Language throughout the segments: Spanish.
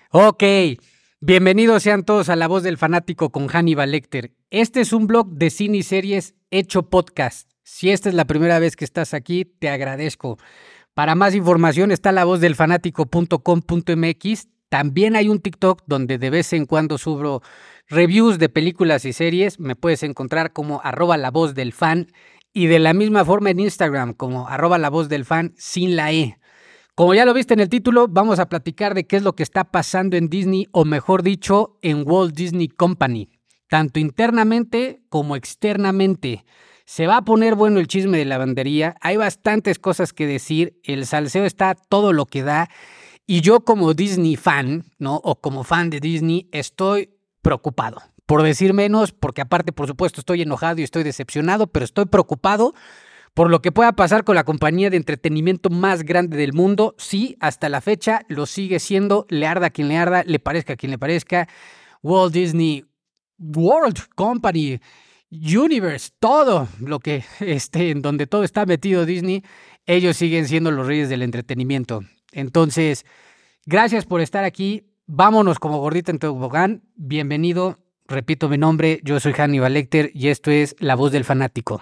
Ok, bienvenidos sean todos a La Voz del Fanático con Hannibal Lecter. Este es un blog de cine y series hecho podcast. Si esta es la primera vez que estás aquí, te agradezco. Para más información está lavozdelfanático.com.mx. También hay un TikTok donde de vez en cuando subo reviews de películas y series. Me puedes encontrar como @lavozdelfan y de la misma forma en Instagram como @lavozdelfan sin la E. Como ya lo viste en el título, vamos a platicar de qué es lo que está pasando en Disney, o mejor dicho, en Walt Disney Company, tanto internamente como externamente. Se va a poner bueno el chisme de lavandería, hay bastantes cosas que decir, el salseo está todo lo que da, y yo como Disney fan, ¿no? O como fan de Disney, estoy preocupado. Por decir menos, porque aparte, por supuesto, estoy enojado y estoy decepcionado, pero estoy preocupado por lo que pueda pasar con la compañía de entretenimiento más grande del mundo. Sí, hasta la fecha lo sigue siendo, le arda a quien le arda, le parezca a quien le parezca. Walt Disney World Company, Universe, todo lo que en donde todo está metido Disney, ellos siguen siendo los reyes del entretenimiento. Entonces, gracias por estar aquí. Vámonos como gordita en tobogán. Bienvenido. Repito mi nombre, yo soy Hannibal Lecter y esto es La Voz del Fanático.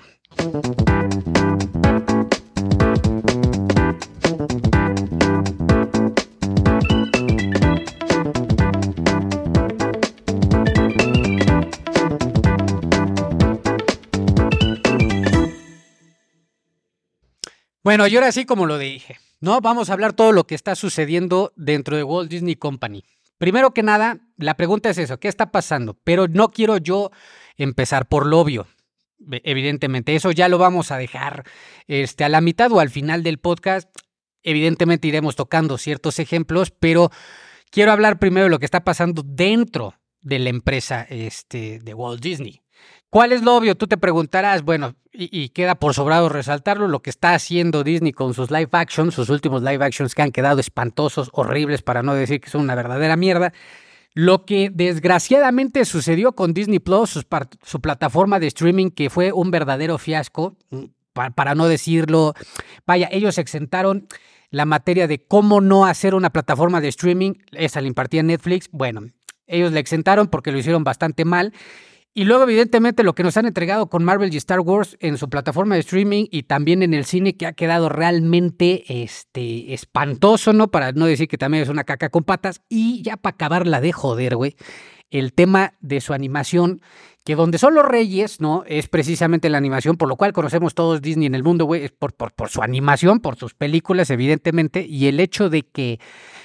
Bueno, y ahora sí, como lo dije, ¿no? Vamos a hablar todo lo que está sucediendo dentro de Walt Disney Company. Primero que nada, la pregunta es eso, ¿qué está pasando? Pero no quiero yo empezar por lo obvio. Evidentemente, eso ya lo vamos a dejar a la mitad o al final del podcast. Evidentemente iremos tocando ciertos ejemplos, pero quiero hablar primero de lo que está pasando dentro de la empresa de Walt Disney. ¿Cuál es lo obvio? Tú te preguntarás, bueno, y queda por sobrado resaltarlo, lo que está haciendo Disney con sus live actions, sus últimos live actions que han quedado espantosos, horribles, para no decir que son una verdadera mierda. Lo que desgraciadamente sucedió con Disney Plus, su plataforma de streaming, que fue un verdadero fiasco, para no decirlo, vaya, ellos exentaron la materia de cómo no hacer una plataforma de streaming, esa la impartía Netflix, bueno, ellos la exentaron porque lo hicieron bastante mal. Y luego, evidentemente, lo que nos han entregado con Marvel y Star Wars en su plataforma de streaming y también en el cine, que ha quedado realmente espantoso, ¿no? Para no decir que también es una caca con patas. Y ya para acabarla de joder, güey, el tema de su animación, que donde son los reyes, ¿no? Es precisamente la animación, por lo cual conocemos todos Disney en el mundo, güey, es por su animación, por sus películas, evidentemente, y el hecho de que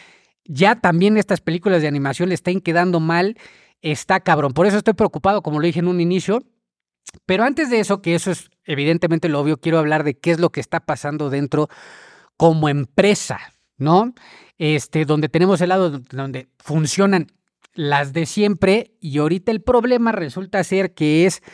ya también estas películas de animación le están quedando mal, está cabrón. Por eso estoy preocupado, como lo dije en un inicio. Pero antes de eso, que eso es evidentemente lo obvio, quiero hablar de qué es lo que está pasando dentro como empresa, ¿no? Donde tenemos el lado donde funcionan las de siempre, y ahorita el problema resulta ser que es,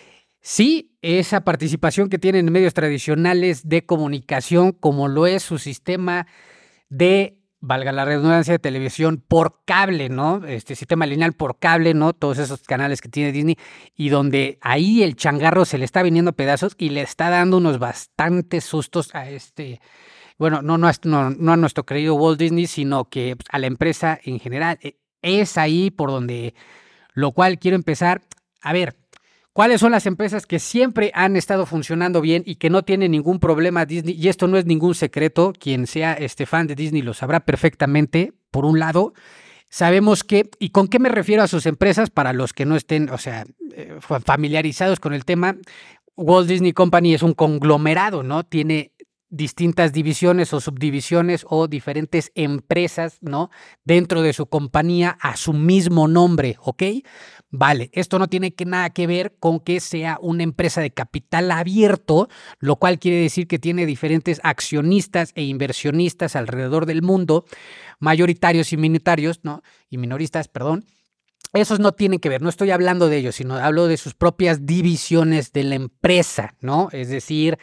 sí, esa participación que tienen en medios tradicionales de comunicación, como lo es su sistema de, valga la redundancia, de televisión por cable, ¿no? Sistema lineal por cable, ¿no? Todos esos canales que tiene Disney, y donde ahí el changarro se le está viniendo a pedazos y le está dando unos bastantes sustos a bueno, no a nuestro querido Walt Disney, sino que a la empresa en general. Es ahí por donde, lo cual quiero empezar. A ver, ¿cuáles son las empresas que siempre han estado funcionando bien y que no tienen ningún problema Disney? Y esto no es ningún secreto, quien sea fan de Disney lo sabrá perfectamente. Por un lado, sabemos que, ¿y con qué me refiero a sus empresas? Para los que no estén, familiarizados con el tema, Walt Disney Company es un conglomerado, ¿no? Tiene distintas divisiones o subdivisiones o diferentes empresas, ¿no? Dentro de su compañía a su mismo nombre, ¿ok? Vale, esto no tiene nada que ver con que sea una empresa de capital abierto, lo cual quiere decir que tiene diferentes accionistas e inversionistas alrededor del mundo, mayoritarios y minoritarios, ¿no? Y minoristas, perdón. Esos no tienen que ver, no estoy hablando de ellos, sino hablo de sus propias divisiones de la empresa, ¿no? Es decir,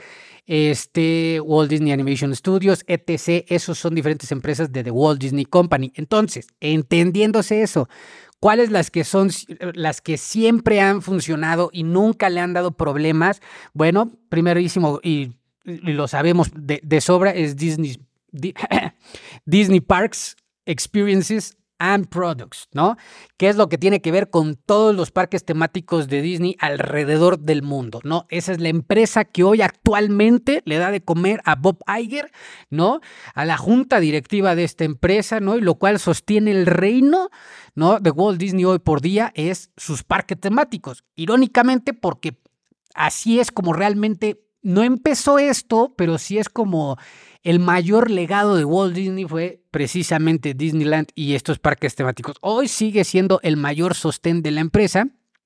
Walt Disney Animation Studios, etc. Esos son diferentes empresas de The Walt Disney Company. Entonces, entendiéndose eso, ¿cuáles las que son las que siempre han funcionado y nunca le han dado problemas? Bueno, primerísimo, y lo sabemos de sobra, es Disney Parks Experiences and Products, ¿no? Que es lo que tiene que ver con todos los parques temáticos de Disney alrededor del mundo, ¿no? Esa es la empresa que hoy actualmente le da de comer a Bob Iger, ¿no? A la junta directiva de esta empresa, ¿no? Y lo cual sostiene el reino, ¿no? De Walt Disney hoy por día es sus parques temáticos. Irónicamente, porque así es como realmente no empezó esto, pero sí es como el mayor legado de Walt Disney fue precisamente Disneyland y estos parques temáticos. Hoy sigue siendo el mayor sostén de la empresa.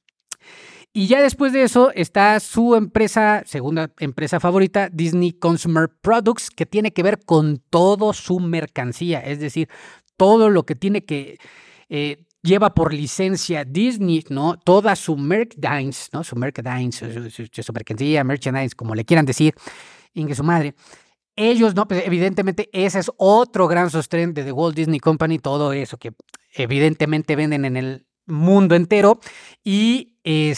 Y ya después de eso está su empresa, segunda empresa favorita, Disney Consumer Products, que tiene que ver con todo su mercancía, es decir, todo lo que tiene que lleva por licencia Disney, ¿no? Toda su merchandise, ¿no? Su mercancía, merchandise, como le quieran decir, ingue su madre. Ellos, ¿no? Pues evidentemente ese es otro gran sostén de The Walt Disney Company, todo eso que evidentemente venden en el mundo entero. Y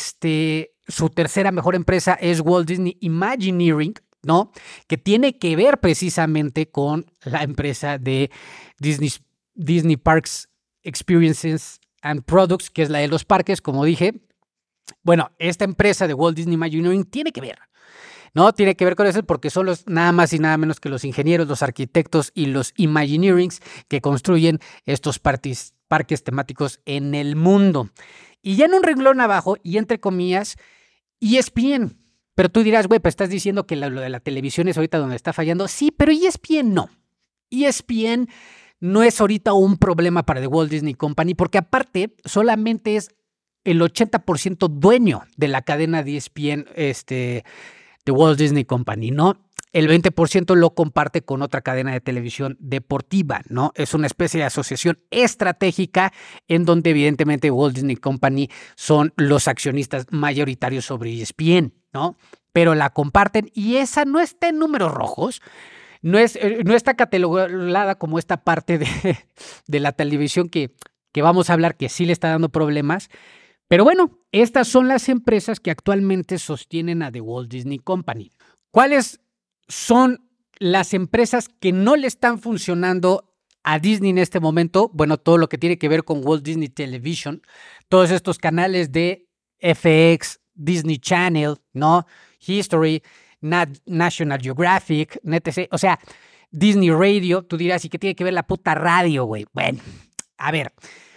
su tercera mejor empresa es Walt Disney Imagineering, ¿no? Que tiene que ver precisamente con la empresa de Disney Parks Experiences and Products, que es la de los parques, como dije. Bueno, esta empresa de Walt Disney Imagineering tiene que ver, ¿no? Tiene que ver con eso porque son nada más y nada menos que los ingenieros, los arquitectos y los Imagineerings que construyen estos parques temáticos en el mundo. Y ya en un renglón abajo, y entre comillas, ESPN. Pero tú dirás, güey, pues estás diciendo que lo de la televisión es ahorita donde está fallando. Sí, pero ESPN no. ESPN no es ahorita un problema para The Walt Disney Company porque aparte solamente es el 80% dueño de la cadena de ESPN, The Walt Disney Company, ¿no? El 20% lo comparte con otra cadena de televisión deportiva, ¿no? Es una especie de asociación estratégica en donde evidentemente Walt Disney Company son los accionistas mayoritarios sobre ESPN, ¿no? Pero la comparten y esa no está en números rojos, no está catalogada como esta parte de la televisión que vamos a hablar que sí le está dando problemas. Pero bueno, estas son las empresas que actualmente sostienen a The Walt Disney Company. ¿Cuáles son las empresas que no le están funcionando a Disney en este momento? Bueno, todo lo que tiene que ver con Walt Disney Television, todos estos canales de FX, Disney Channel, ¿no? History, National Geographic, etc. O sea, Disney Radio, tú dirás, ¿y qué tiene que ver la puta radio, güey? Bueno, a ver,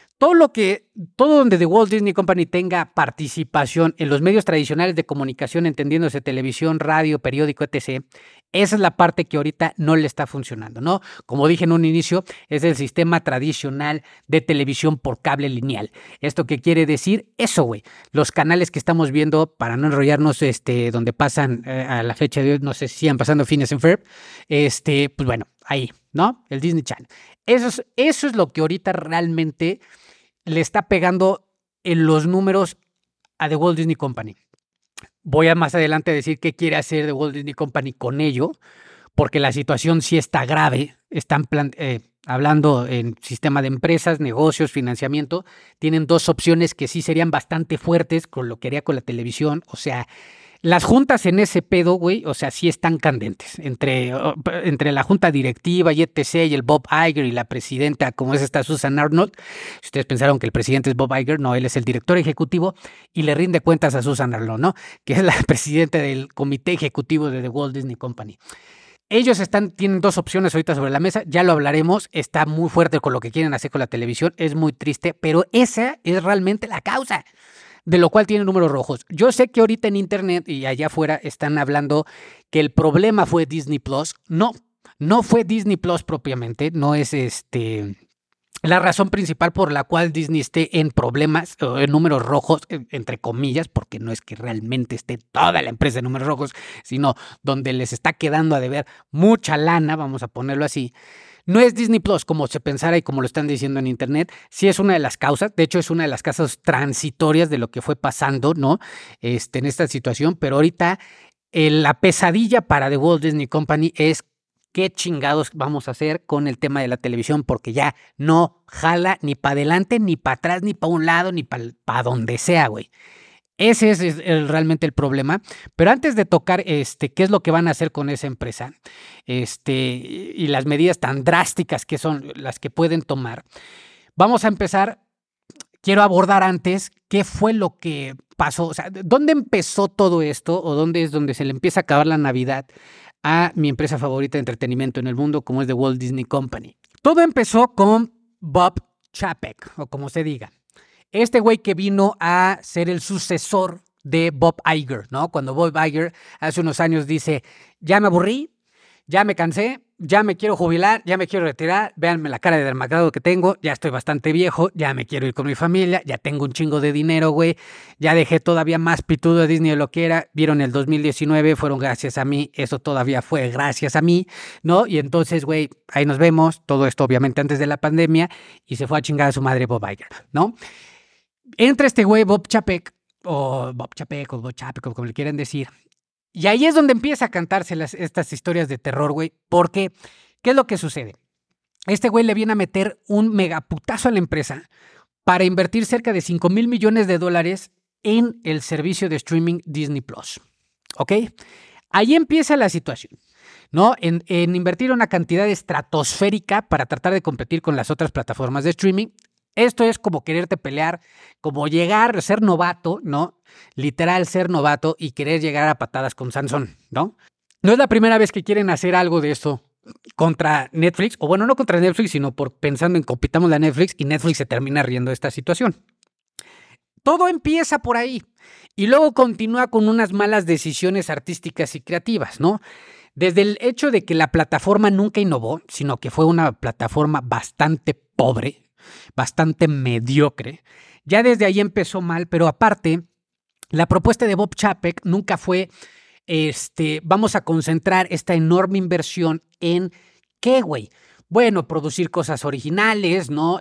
todo donde The Walt Disney Company tenga participación en los medios tradicionales de comunicación, entendiéndose televisión, radio, periódico, etc., esa es la parte que ahorita no le está funcionando, ¿no? Como dije en un inicio, es el sistema tradicional de televisión por cable lineal. ¿Esto qué quiere decir? Eso, güey. Los canales que estamos viendo, para no enrollarnos, donde pasan a la fecha de hoy, no sé si sigan pasando Phineas and Ferb, pues bueno, ahí, ¿no? El Disney Channel. Eso es lo que ahorita realmente le está pegando en los números a The Walt Disney Company. Voy a más adelante a decir qué quiere hacer The Walt Disney Company con ello, porque la situación sí está grave. Están hablando en sistema de empresas, negocios, financiamiento. Tienen dos opciones que sí serían bastante fuertes con lo que haría con la televisión. O sea, las juntas en ese pedo, güey, o sea, sí están candentes. Entre la junta directiva y etc. y el Bob Iger y la presidenta, como es esta Susan Arnold. Si ustedes pensaron que el presidente es Bob Iger, no, él es el director ejecutivo y le rinde cuentas a Susan Arnold, ¿no? Que es la presidenta del comité ejecutivo de The Walt Disney Company. Ellos tienen dos opciones ahorita sobre la mesa, ya lo hablaremos, está muy fuerte con lo que quieren hacer con la televisión, es muy triste, pero esa es realmente la causa, de lo cual tiene números rojos. Yo sé que ahorita en internet y allá afuera están hablando que el problema fue Disney Plus. No fue Disney Plus propiamente, no es la razón principal por la cual Disney esté en problemas o en números rojos, entre comillas, porque no es que realmente esté toda la empresa en números rojos, sino donde les está quedando a deber mucha lana, vamos a ponerlo así. No es Disney Plus como se pensara y como lo están diciendo en internet, sí es una de las causas, de hecho es una de las causas transitorias de lo que fue pasando, ¿no? En esta situación, pero ahorita la pesadilla para The Walt Disney Company es qué chingados vamos a hacer con el tema de la televisión, porque ya no jala ni para adelante, ni para atrás, ni para un lado, ni para donde sea, güey. Ese es realmente el problema. Pero antes de tocar qué es lo que van a hacer con esa empresa y las medidas tan drásticas que son las que pueden tomar, vamos a empezar. Quiero abordar antes qué fue lo que pasó, o sea, ¿dónde empezó todo esto o dónde es donde se le empieza a acabar la Navidad a mi empresa favorita de entretenimiento en el mundo, como es The Walt Disney Company? Todo empezó con Bob Chapek, o como se diga. Este güey que vino a ser el sucesor de Bob Iger, ¿no? Cuando Bob Iger hace unos años dice, ya me aburrí, ya me cansé, ya me quiero jubilar, ya me quiero retirar, véanme la cara de demacrado que tengo, ya estoy bastante viejo, ya me quiero ir con mi familia, ya tengo un chingo de dinero, güey, ya dejé todavía más pitudo a Disney de lo que era, vieron el 2019, fueron gracias a mí, eso todavía fue gracias a mí, ¿no? Y entonces, güey, ahí nos vemos, todo esto obviamente antes de la pandemia, y se fue a chingar a su madre Bob Iger, ¿no? Entra este güey Bob Chapek, o como le quieran decir, y ahí es donde empieza a cantarse estas historias de terror, güey, porque, ¿qué es lo que sucede? Este güey le viene a meter un megaputazo a la empresa para invertir cerca de $5,000 millones en el servicio de streaming Disney Plus, ¿ok? Ahí empieza la situación, ¿no? En invertir una cantidad estratosférica para tratar de competir con las otras plataformas de streaming. Esto es como quererte pelear, como llegar a ser novato, ¿no? Literal ser novato y querer llegar a patadas con Sansón, ¿no? No es la primera vez que quieren hacer algo de esto contra Netflix, o bueno, no contra Netflix, sino pensando en compitamos la Netflix y Netflix se termina riendo de esta situación. Todo empieza por ahí y luego continúa con unas malas decisiones artísticas y creativas, ¿no? Desde el hecho de que la plataforma nunca innovó, sino que fue una plataforma bastante pobre, bastante mediocre. Ya desde ahí empezó mal, pero aparte, la propuesta de Bob Chapek nunca fue, vamos a concentrar esta enorme inversión en ¿qué, güey? Bueno, producir cosas originales, ¿no?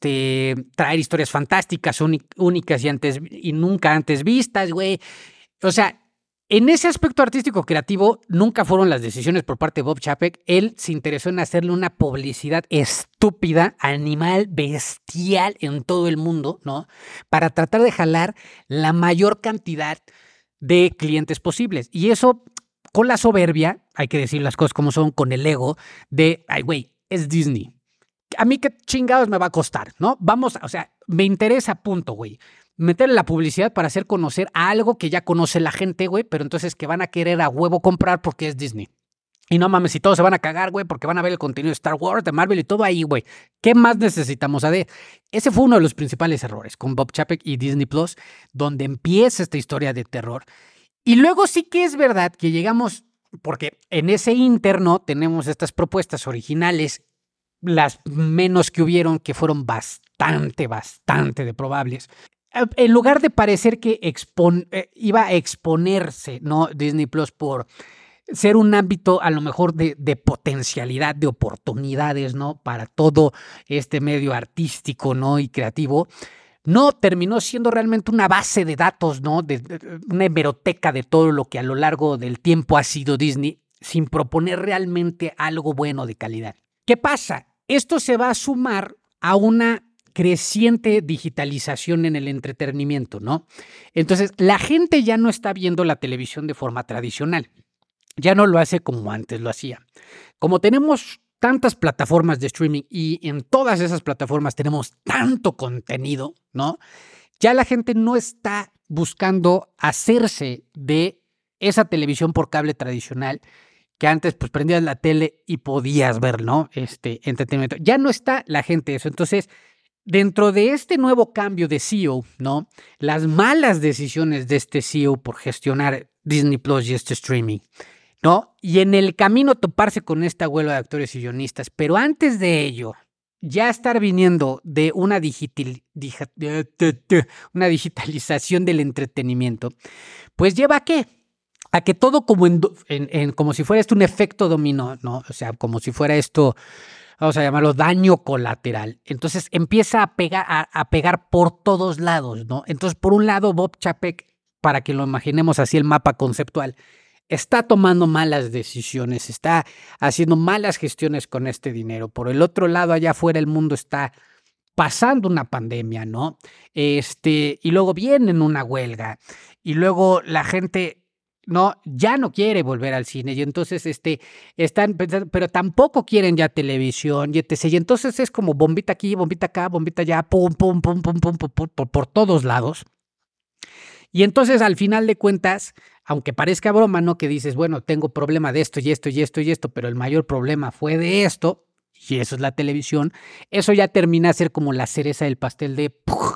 Traer historias fantásticas, únicas y nunca antes vistas, güey. O sea, en ese aspecto artístico creativo nunca fueron las decisiones por parte de Bob Chapek. Él se interesó en hacerle una publicidad estúpida, animal, bestial en todo el mundo, ¿no? Para tratar de jalar la mayor cantidad de clientes posibles. Y eso con la soberbia, hay que decir las cosas como son, con el ego de, ay, güey, es Disney. A mí qué chingados me va a costar, ¿no? O sea, me interesa, punto, güey. Meterle la publicidad para hacer conocer a algo que ya conoce la gente, güey, pero entonces que van a querer a huevo comprar porque es Disney. Y no mames, si todos se van a cagar, güey, porque van a ver el contenido de Star Wars, de Marvel y todo ahí, güey. ¿Qué más necesitamos? Ese fue uno de los principales errores con Bob Chapek y Disney Plus, donde empieza esta historia de terror. Y luego sí que es verdad que llegamos, porque en ese interno tenemos estas propuestas originales, las menos que hubieron, que fueron bastante deprobables. En lugar de parecer que iba a exponerse, ¿no? Disney Plus por ser un ámbito a lo mejor de potencialidad, de oportunidades, ¿no? Para todo este medio artístico, ¿no? Y creativo, no terminó siendo realmente una base de datos, ¿no? Una hemeroteca de todo lo que a lo largo del tiempo ha sido Disney, sin proponer realmente algo bueno de calidad. ¿Qué pasa? Esto se va a sumar a una creciente digitalización en el entretenimiento, ¿no? Entonces, la gente ya no está viendo la televisión de forma tradicional. Ya no lo hace como antes lo hacía. Como tenemos tantas plataformas de streaming y en todas esas plataformas tenemos tanto contenido, ¿no? Ya la gente no está buscando hacerse de esa televisión por cable tradicional que antes pues prendías la tele y podías ver, ¿no? Entretenimiento. Ya no está la gente eso. Entonces, dentro de este nuevo cambio de CEO, ¿no? Las malas decisiones de este CEO por gestionar Disney Plus y este streaming, ¿no? Y en el camino toparse con esta huelga de actores y guionistas. Pero antes de ello, ya estar viniendo de una digitalización del entretenimiento, pues lleva ¿a qué? A que todo como si fuera esto un efecto dominó, ¿no? O sea, como si fuera esto, vamos a llamarlo daño colateral. Entonces empieza a pegar por todos lados, ¿no? Entonces, por un lado, Bob Chapek, para que lo imaginemos así el mapa conceptual, está tomando malas decisiones, está haciendo malas gestiones con este dinero. Por el otro lado, allá afuera el mundo está pasando una pandemia, ¿no? Y luego viene una huelga y luego la gente no, ya no quiere volver al cine y entonces están pensando, pero tampoco quieren ya televisión y etc. Y entonces es como bombita aquí, bombita acá, bombita allá, pum, pum, pum, pum, pum, pum, pum, por todos lados. Y entonces al final de cuentas, aunque parezca broma, ¿no? Que dices, bueno, tengo problema de esto y esto y esto y esto, pero el mayor problema fue de esto, y eso es la televisión, eso ya termina a ser como la cereza del pastel de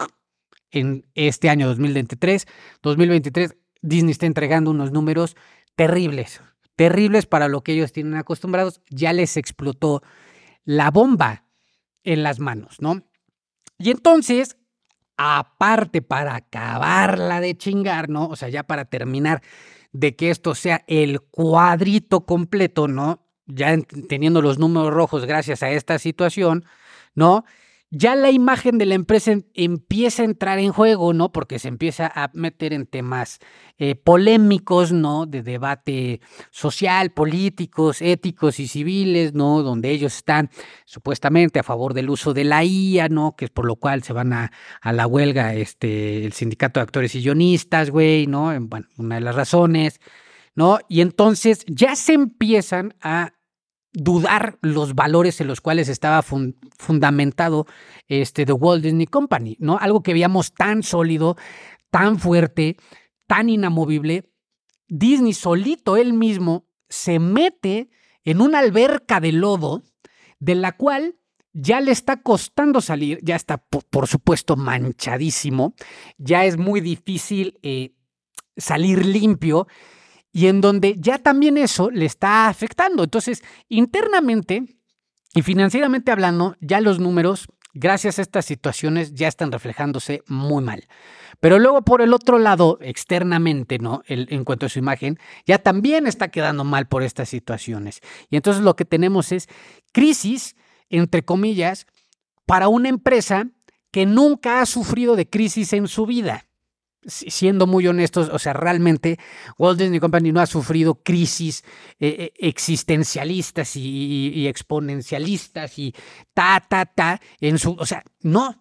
en este año 2023, Disney está entregando unos números terribles, terribles para lo que ellos tienen acostumbrados. Ya les explotó la bomba en las manos, ¿no? Y entonces, aparte para acabarla de chingar, ¿no? O sea, ya para terminar de que esto sea el cuadrito completo, ¿no? Ya teniendo los números rojos gracias a esta situación, ¿no? Ya la imagen de la empresa empieza a entrar en juego, ¿no? Porque se empieza a meter en temas polémicos, ¿no? De debate social, políticos, éticos y civiles, ¿no? Donde ellos están supuestamente a favor del uso de la IA, ¿no? Que es por lo cual se van a la huelga el sindicato de actores y guionistas, güey, ¿no? Bueno, una de las razones, ¿no? Y entonces ya se empiezan a dudar los valores en los cuales estaba fundamentado The Walt Disney Company, ¿no? Algo que veíamos tan sólido, tan fuerte, tan inamovible. Disney solito él mismo se mete en una alberca de lodo de la cual ya le está costando salir, ya está por supuesto manchadísimo, ya es muy difícil salir limpio, y en donde ya también eso le está afectando. Entonces, internamente y financieramente hablando, ya los números, gracias a estas situaciones, ya están reflejándose muy mal. Pero luego, por el otro lado, externamente, ¿no? En cuanto a su imagen, ya también está quedando mal por estas situaciones. Y entonces lo que tenemos es crisis, entre comillas, para una empresa que nunca ha sufrido de crisis en su vida. Siendo muy honestos, o sea, realmente Walt Disney Company no ha sufrido crisis existencialistas y exponencialistas y en su, o sea, no.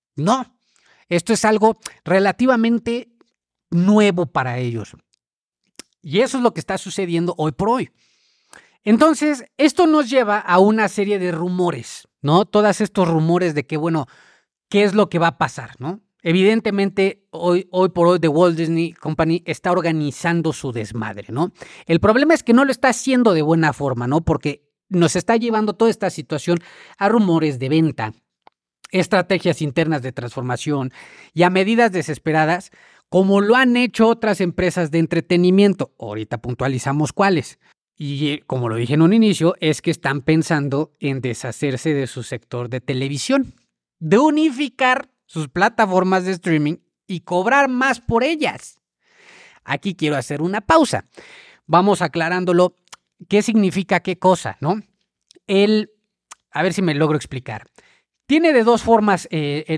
Esto es algo relativamente nuevo para ellos. Y eso es lo que está sucediendo hoy por hoy. Entonces, esto nos lleva a una serie de rumores, ¿no? Todos estos rumores de que, bueno, ¿qué es lo que va a pasar, no? Evidentemente, hoy por hoy, The Walt Disney Company está organizando su desmadre, ¿no? El problema es que no lo está haciendo de buena forma, ¿no? Porque nos está llevando toda esta situación a rumores de venta, estrategias internas de transformación y a medidas desesperadas, como lo han hecho otras empresas de entretenimiento. Ahorita puntualizamos cuáles. Y como lo dije en un inicio, es que están pensando en deshacerse de su sector de televisión, de unificar sus plataformas de streaming y cobrar más por ellas. Aquí quiero hacer una pausa. Vamos aclarándolo. ¿Qué significa qué cosa, no? A ver si me logro explicar. Tiene de dos formas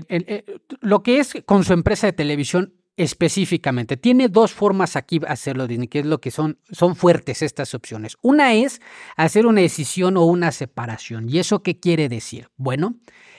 lo que es con su empresa de televisión específicamente. Tiene dos formas aquí hacerlo, Disney, que es lo que son fuertes estas opciones. Una es hacer una decisión o una separación. ¿Y eso qué quiere decir? Bueno,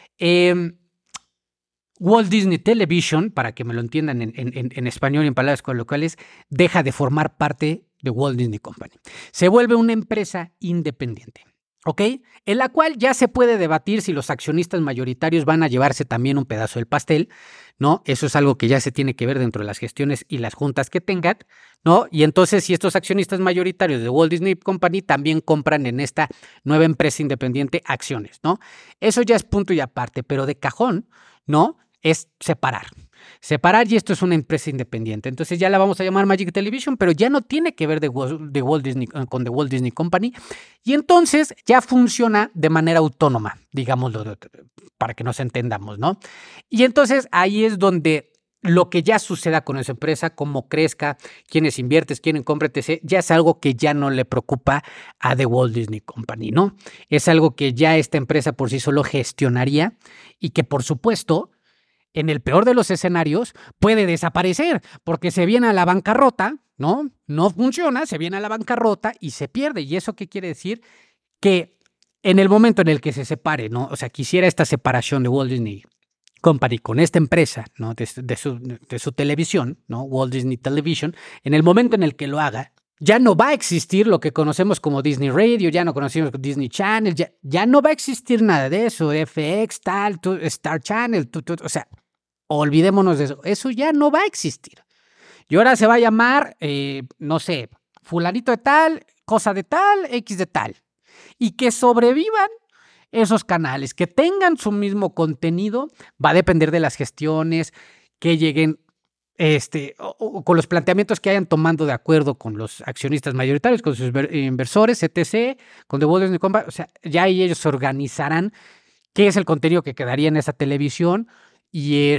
Walt Disney Television, para que me lo entiendan en español y en palabras coloquiales, deja de formar parte de Walt Disney Company. Se vuelve una empresa independiente, ¿ok? En la cual ya se puede debatir si los accionistas mayoritarios van a llevarse también un pedazo del pastel, ¿no? Eso es algo que ya se tiene que ver dentro de las gestiones y las juntas que tengan, ¿no? Y entonces, si estos accionistas mayoritarios de Walt Disney Company también compran en esta nueva empresa independiente acciones, ¿no? Eso ya es punto y aparte, pero de cajón, ¿no? Es separar y esto es una empresa independiente. Entonces ya la vamos a llamar Magic Television, pero ya no tiene que ver con The Walt Disney Company y entonces ya funciona de manera autónoma, digámoslo, para que nos entendamos, ¿no? Y entonces ahí es donde lo que ya suceda con esa empresa, cómo crezca, quiénes inviertes, quién compra, etc., ya es algo que ya no le preocupa a The Walt Disney Company, ¿no? Es algo que ya esta empresa por sí solo gestionaría y que, por supuesto, en el peor de los escenarios, puede desaparecer porque se viene a la bancarrota, ¿no? No funciona, se viene a la bancarrota y se pierde. ¿Y eso qué quiere decir? Que en el momento en el que se separe, ¿no? O sea, quisiera esta separación de Walt Disney Company con esta empresa, ¿no? De su televisión, ¿no? Walt Disney Television, en el momento en el que lo haga, Ya no va a existir lo que conocemos como Disney Radio, ya no conocemos Disney Channel, ya no va a existir nada de eso, FX, tal, Star Channel, o sea, olvidémonos de eso, eso ya no va a existir. Y ahora se va a llamar, no sé, fulanito de tal, cosa de tal, X de tal. Y que sobrevivan esos canales, que tengan su mismo contenido, va a depender de las gestiones que lleguen o con los planteamientos que hayan tomando de acuerdo con los accionistas mayoritarios, con sus inversores, etc., con The Walt Disney Company. O sea, ya ahí ellos se organizarán qué es el contenido que quedaría en esa televisión y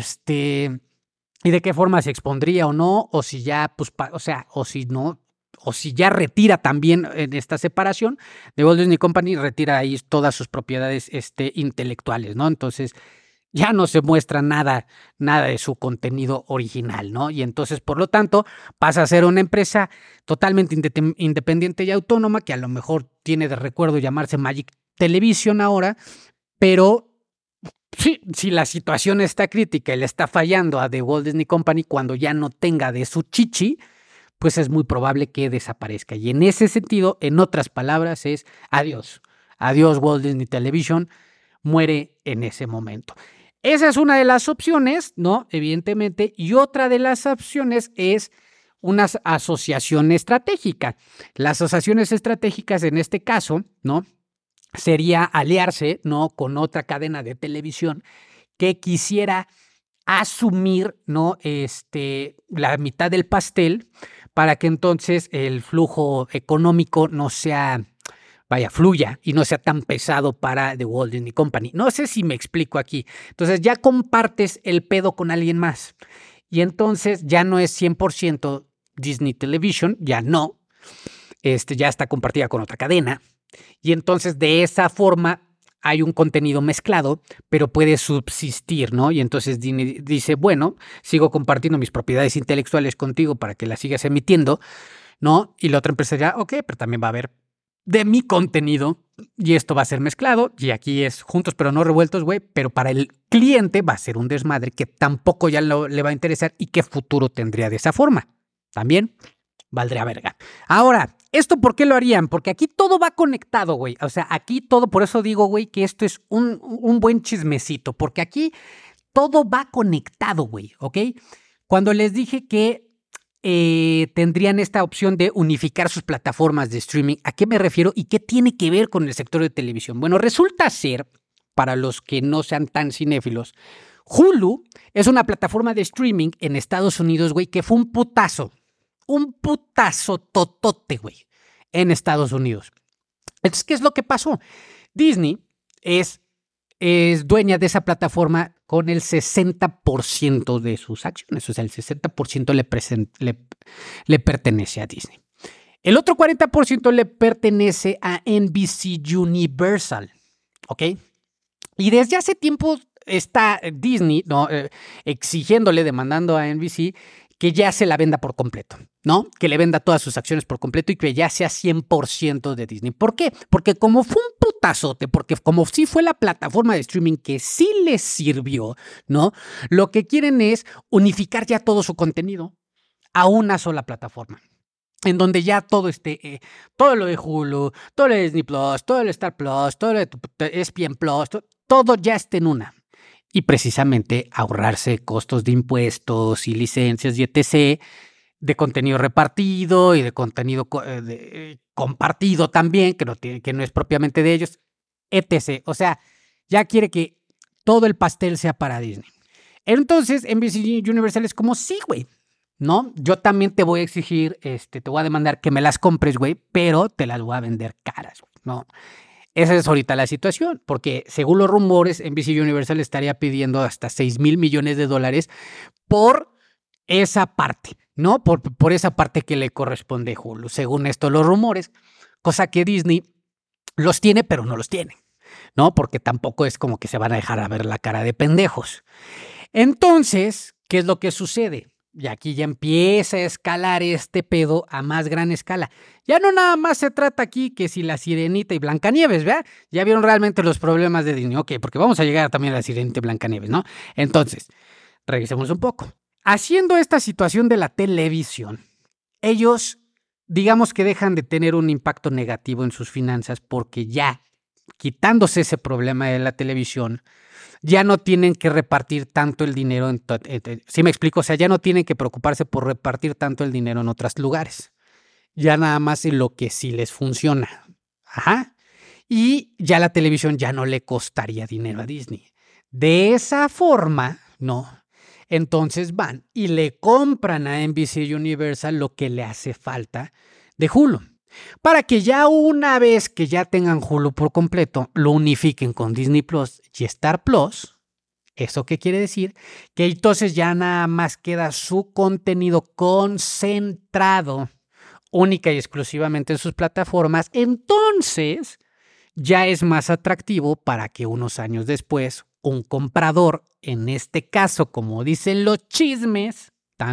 y de qué forma se expondría o no, o si ya, pues, o si no, o si ya retira también en esta separación, The Walt Disney Company retira ahí todas sus propiedades intelectuales, ¿no? Entonces, ya no se muestra nada de su contenido original, ¿no? Y entonces, por lo tanto, pasa a ser una empresa totalmente independiente y autónoma, que a lo mejor tiene de recuerdo llamarse Magic Television ahora, pero sí, si la situación está crítica y le está fallando a The Walt Disney Company cuando ya no tenga de su chichi, pues es muy probable que desaparezca. Y en ese sentido, en otras palabras, es adiós. Adiós Walt Disney Television, muere en ese momento. Esa es una de las opciones, ¿no? Evidentemente. Y otra de las opciones es una asociación estratégica. Las asociaciones estratégicas en este caso, ¿no? Sería aliarse, ¿no? Con otra cadena de televisión que quisiera asumir, ¿no? La mitad del pastel para que entonces el flujo económico no sea, fluya y no sea tan pesado para The Walt Disney Company. No sé si me explico aquí. Entonces ya compartes el pedo con alguien más y entonces ya no es 100% Disney Television, ya no, ya está compartida con otra cadena y entonces de esa forma hay un contenido mezclado, pero puede subsistir, ¿no? Y entonces Disney dice, bueno, sigo compartiendo mis propiedades intelectuales contigo para que las sigas emitiendo, ¿no? Y la otra empresa ya, ok, pero también va a haber de mi contenido y esto va a ser mezclado y aquí es juntos pero no revueltos, güey, pero para el cliente va a ser un desmadre que tampoco ya le va a interesar y qué futuro tendría de esa forma. También valdría verga. Ahora, ¿esto por qué lo harían? Porque aquí todo va conectado, güey. O sea, aquí todo, por eso digo, güey, que esto es un buen chismecito, porque aquí todo va conectado, güey, ¿ok? Cuando les dije que tendrían esta opción de unificar sus plataformas de streaming, ¿a qué me refiero y qué tiene que ver con el sector de televisión? Bueno, resulta ser, para los que no sean tan cinéfilos, Hulu es una plataforma de streaming en Estados Unidos, güey, que fue un putazo totote, güey, en Estados Unidos. Entonces, ¿qué es lo que pasó? Disney es dueña de esa plataforma con el 60% de sus acciones, o sea, el 60% le pertenece a Disney. El otro 40% le pertenece a NBC Universal, ¿ok? Y desde hace tiempo está Disney, ¿no? Exigiéndole, demandando a NBC que ya se la venda por completo, ¿no? Que le venda todas sus acciones por completo y que ya sea 100% de Disney. ¿Por qué? Porque como fue un putazote, porque como sí fue la plataforma de streaming que sí les sirvió, ¿no? Lo que quieren es unificar ya todo su contenido a una sola plataforma, en donde ya todo esté, todo lo de Hulu, todo lo de Disney Plus, todo lo de Star Plus, todo lo de ESPN Plus, todo ya esté en una. Y precisamente ahorrarse costos de impuestos y licencias y etc., de contenido repartido y de contenido compartido también, que no es propiamente de ellos, etc. O sea, ya quiere que todo el pastel sea para Disney. Entonces, NBC Universal es como, sí, güey, ¿no? Yo también te voy a exigir, te voy a demandar que me las compres, güey, pero te las voy a vender caras, ¿no? Esa es ahorita la situación, porque según los rumores, NBC Universal estaría pidiendo hasta $6,000 millones por esa parte, ¿no? Por esa parte que le corresponde a Hulu, según esto los rumores, cosa que Disney los tiene, pero no los tiene, ¿no? Porque tampoco es como que se van a dejar a ver la cara de pendejos. Entonces, ¿qué es lo que sucede? Y aquí ya empieza a escalar este pedo a más gran escala. Ya no nada más se trata aquí que si la Sirenita y Blancanieves, ¿verdad? Ya vieron realmente los problemas de Disney. Ok, porque vamos a llegar también a la Sirenita y Blancanieves, ¿no? Entonces, revisemos un poco. Haciendo esta situación de la televisión, ellos digamos que dejan de tener un impacto negativo en sus finanzas porque ya, quitándose ese problema de la televisión, ya no tienen que repartir tanto el dinero. ¿Sí me explico? O sea, ya no tienen que preocuparse por repartir tanto el dinero en otros lugares. Ya nada más en lo que sí les funciona. Ajá. Y ya la televisión ya no le costaría dinero a Disney. De esa forma, no. Entonces van y le compran a NBC Universal lo que le hace falta de Hulu. Para que ya una vez que ya tengan Hulu por completo, lo unifiquen con Disney Plus y Star Plus. ¿Eso qué quiere decir? Que entonces ya nada más queda su contenido concentrado única y exclusivamente en sus plataformas. Entonces ya es más atractivo para que unos años después un comprador, en este caso, como dicen los chismes,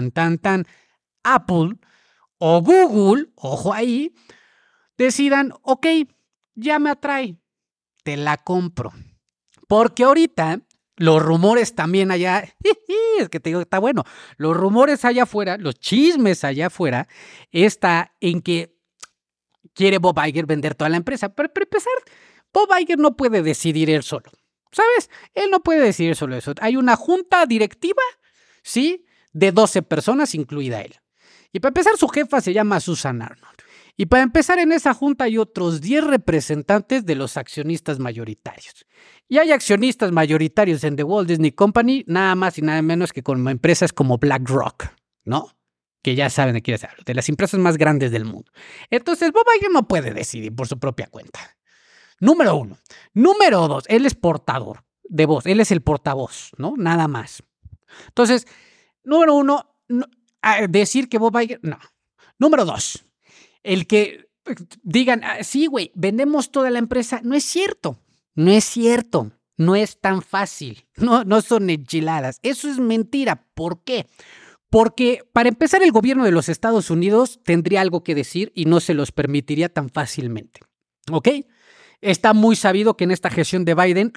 Apple o Google, ojo ahí, decidan, ok, ya me atrae, te la compro. Porque ahorita los rumores también allá, es que te digo que está bueno, los rumores allá afuera, los chismes allá afuera, está en que quiere Bob Iger vender toda la empresa. Pero para empezar, Bob Iger no puede decidir él solo, ¿sabes? Él no puede decidir solo eso. Hay una junta directiva, ¿sí? De 12 personas, incluida él. Y para empezar, su jefa se llama Susan Arnold. Y para empezar, en esa junta hay otros 10 representantes de los accionistas mayoritarios. Y hay accionistas mayoritarios en The Walt Disney Company, nada más y nada menos que con empresas como BlackRock, ¿no? Que ya saben de quiénes hablo, de las empresas más grandes del mundo. Entonces, Bob Iger no puede decidir por su propia cuenta. Número 1. Número 2, él es portador de voz, él es el portavoz, ¿no? Nada más. Entonces, número 1, decir que Bob Iger, no. Número 2, el que digan, sí, güey, vendemos toda la empresa, no es cierto, no es cierto, no es tan fácil, no son enchiladas, eso es mentira. ¿Por qué? Porque para empezar el gobierno de los Estados Unidos tendría algo que decir y no se los permitiría tan fácilmente, ¿ok? Está muy sabido que en esta gestión de Biden,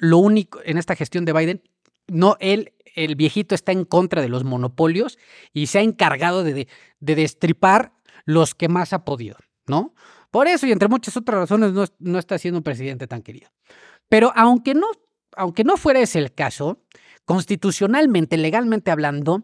no, el viejito está en contra de los monopolios y se ha encargado de destripar los que más ha podido, ¿no? Por eso y entre muchas otras razones no está siendo un presidente tan querido. Pero aunque no fuera ese el caso, constitucionalmente, legalmente hablando,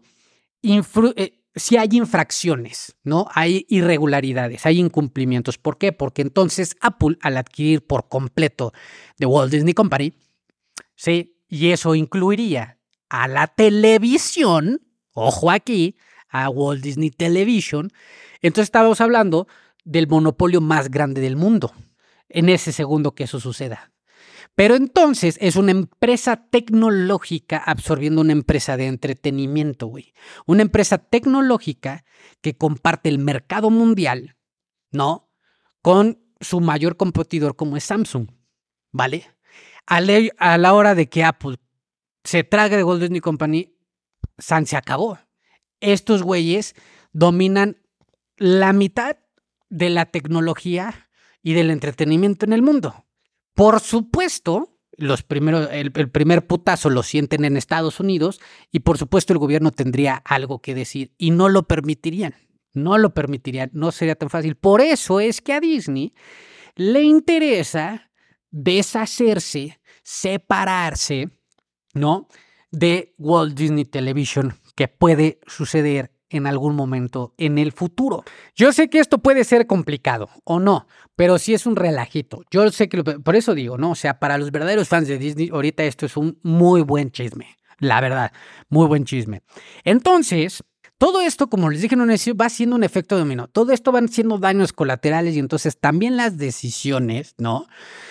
si hay infracciones, ¿no? Hay irregularidades, hay incumplimientos. ¿Por qué? Porque entonces Apple, al adquirir por completo The Walt Disney Company, ¿sí? Y eso incluiría a la televisión, ojo aquí, a Walt Disney Television, entonces estábamos hablando del monopolio más grande del mundo en ese segundo que eso suceda. Pero entonces es una empresa tecnológica absorbiendo una empresa de entretenimiento, güey. Una empresa tecnológica que comparte el mercado mundial, ¿no? Con su mayor competidor como es Samsung, ¿vale? A la hora de que Apple se trague de Walt Disney Company, se acabó. Estos güeyes dominan la mitad de la tecnología y del entretenimiento en el mundo. Por supuesto, el primer putazo lo sienten en Estados Unidos y por supuesto el gobierno tendría algo que decir y no lo permitirían, no sería tan fácil. Por eso es que a Disney le interesa deshacerse, separarse, ¿no? De Walt Disney Television, que puede suceder en algún momento en el futuro. Yo sé que esto puede ser complicado o no, pero sí es un relajito. Yo sé que, por eso digo, ¿no? O sea, para los verdaderos fans de Disney, ahorita esto es un muy buen chisme. La verdad, muy buen chisme. Entonces, todo esto, como les dije en un inicio, va siendo un efecto dominó. Todo esto van siendo daños colaterales y entonces también las decisiones, ¿no?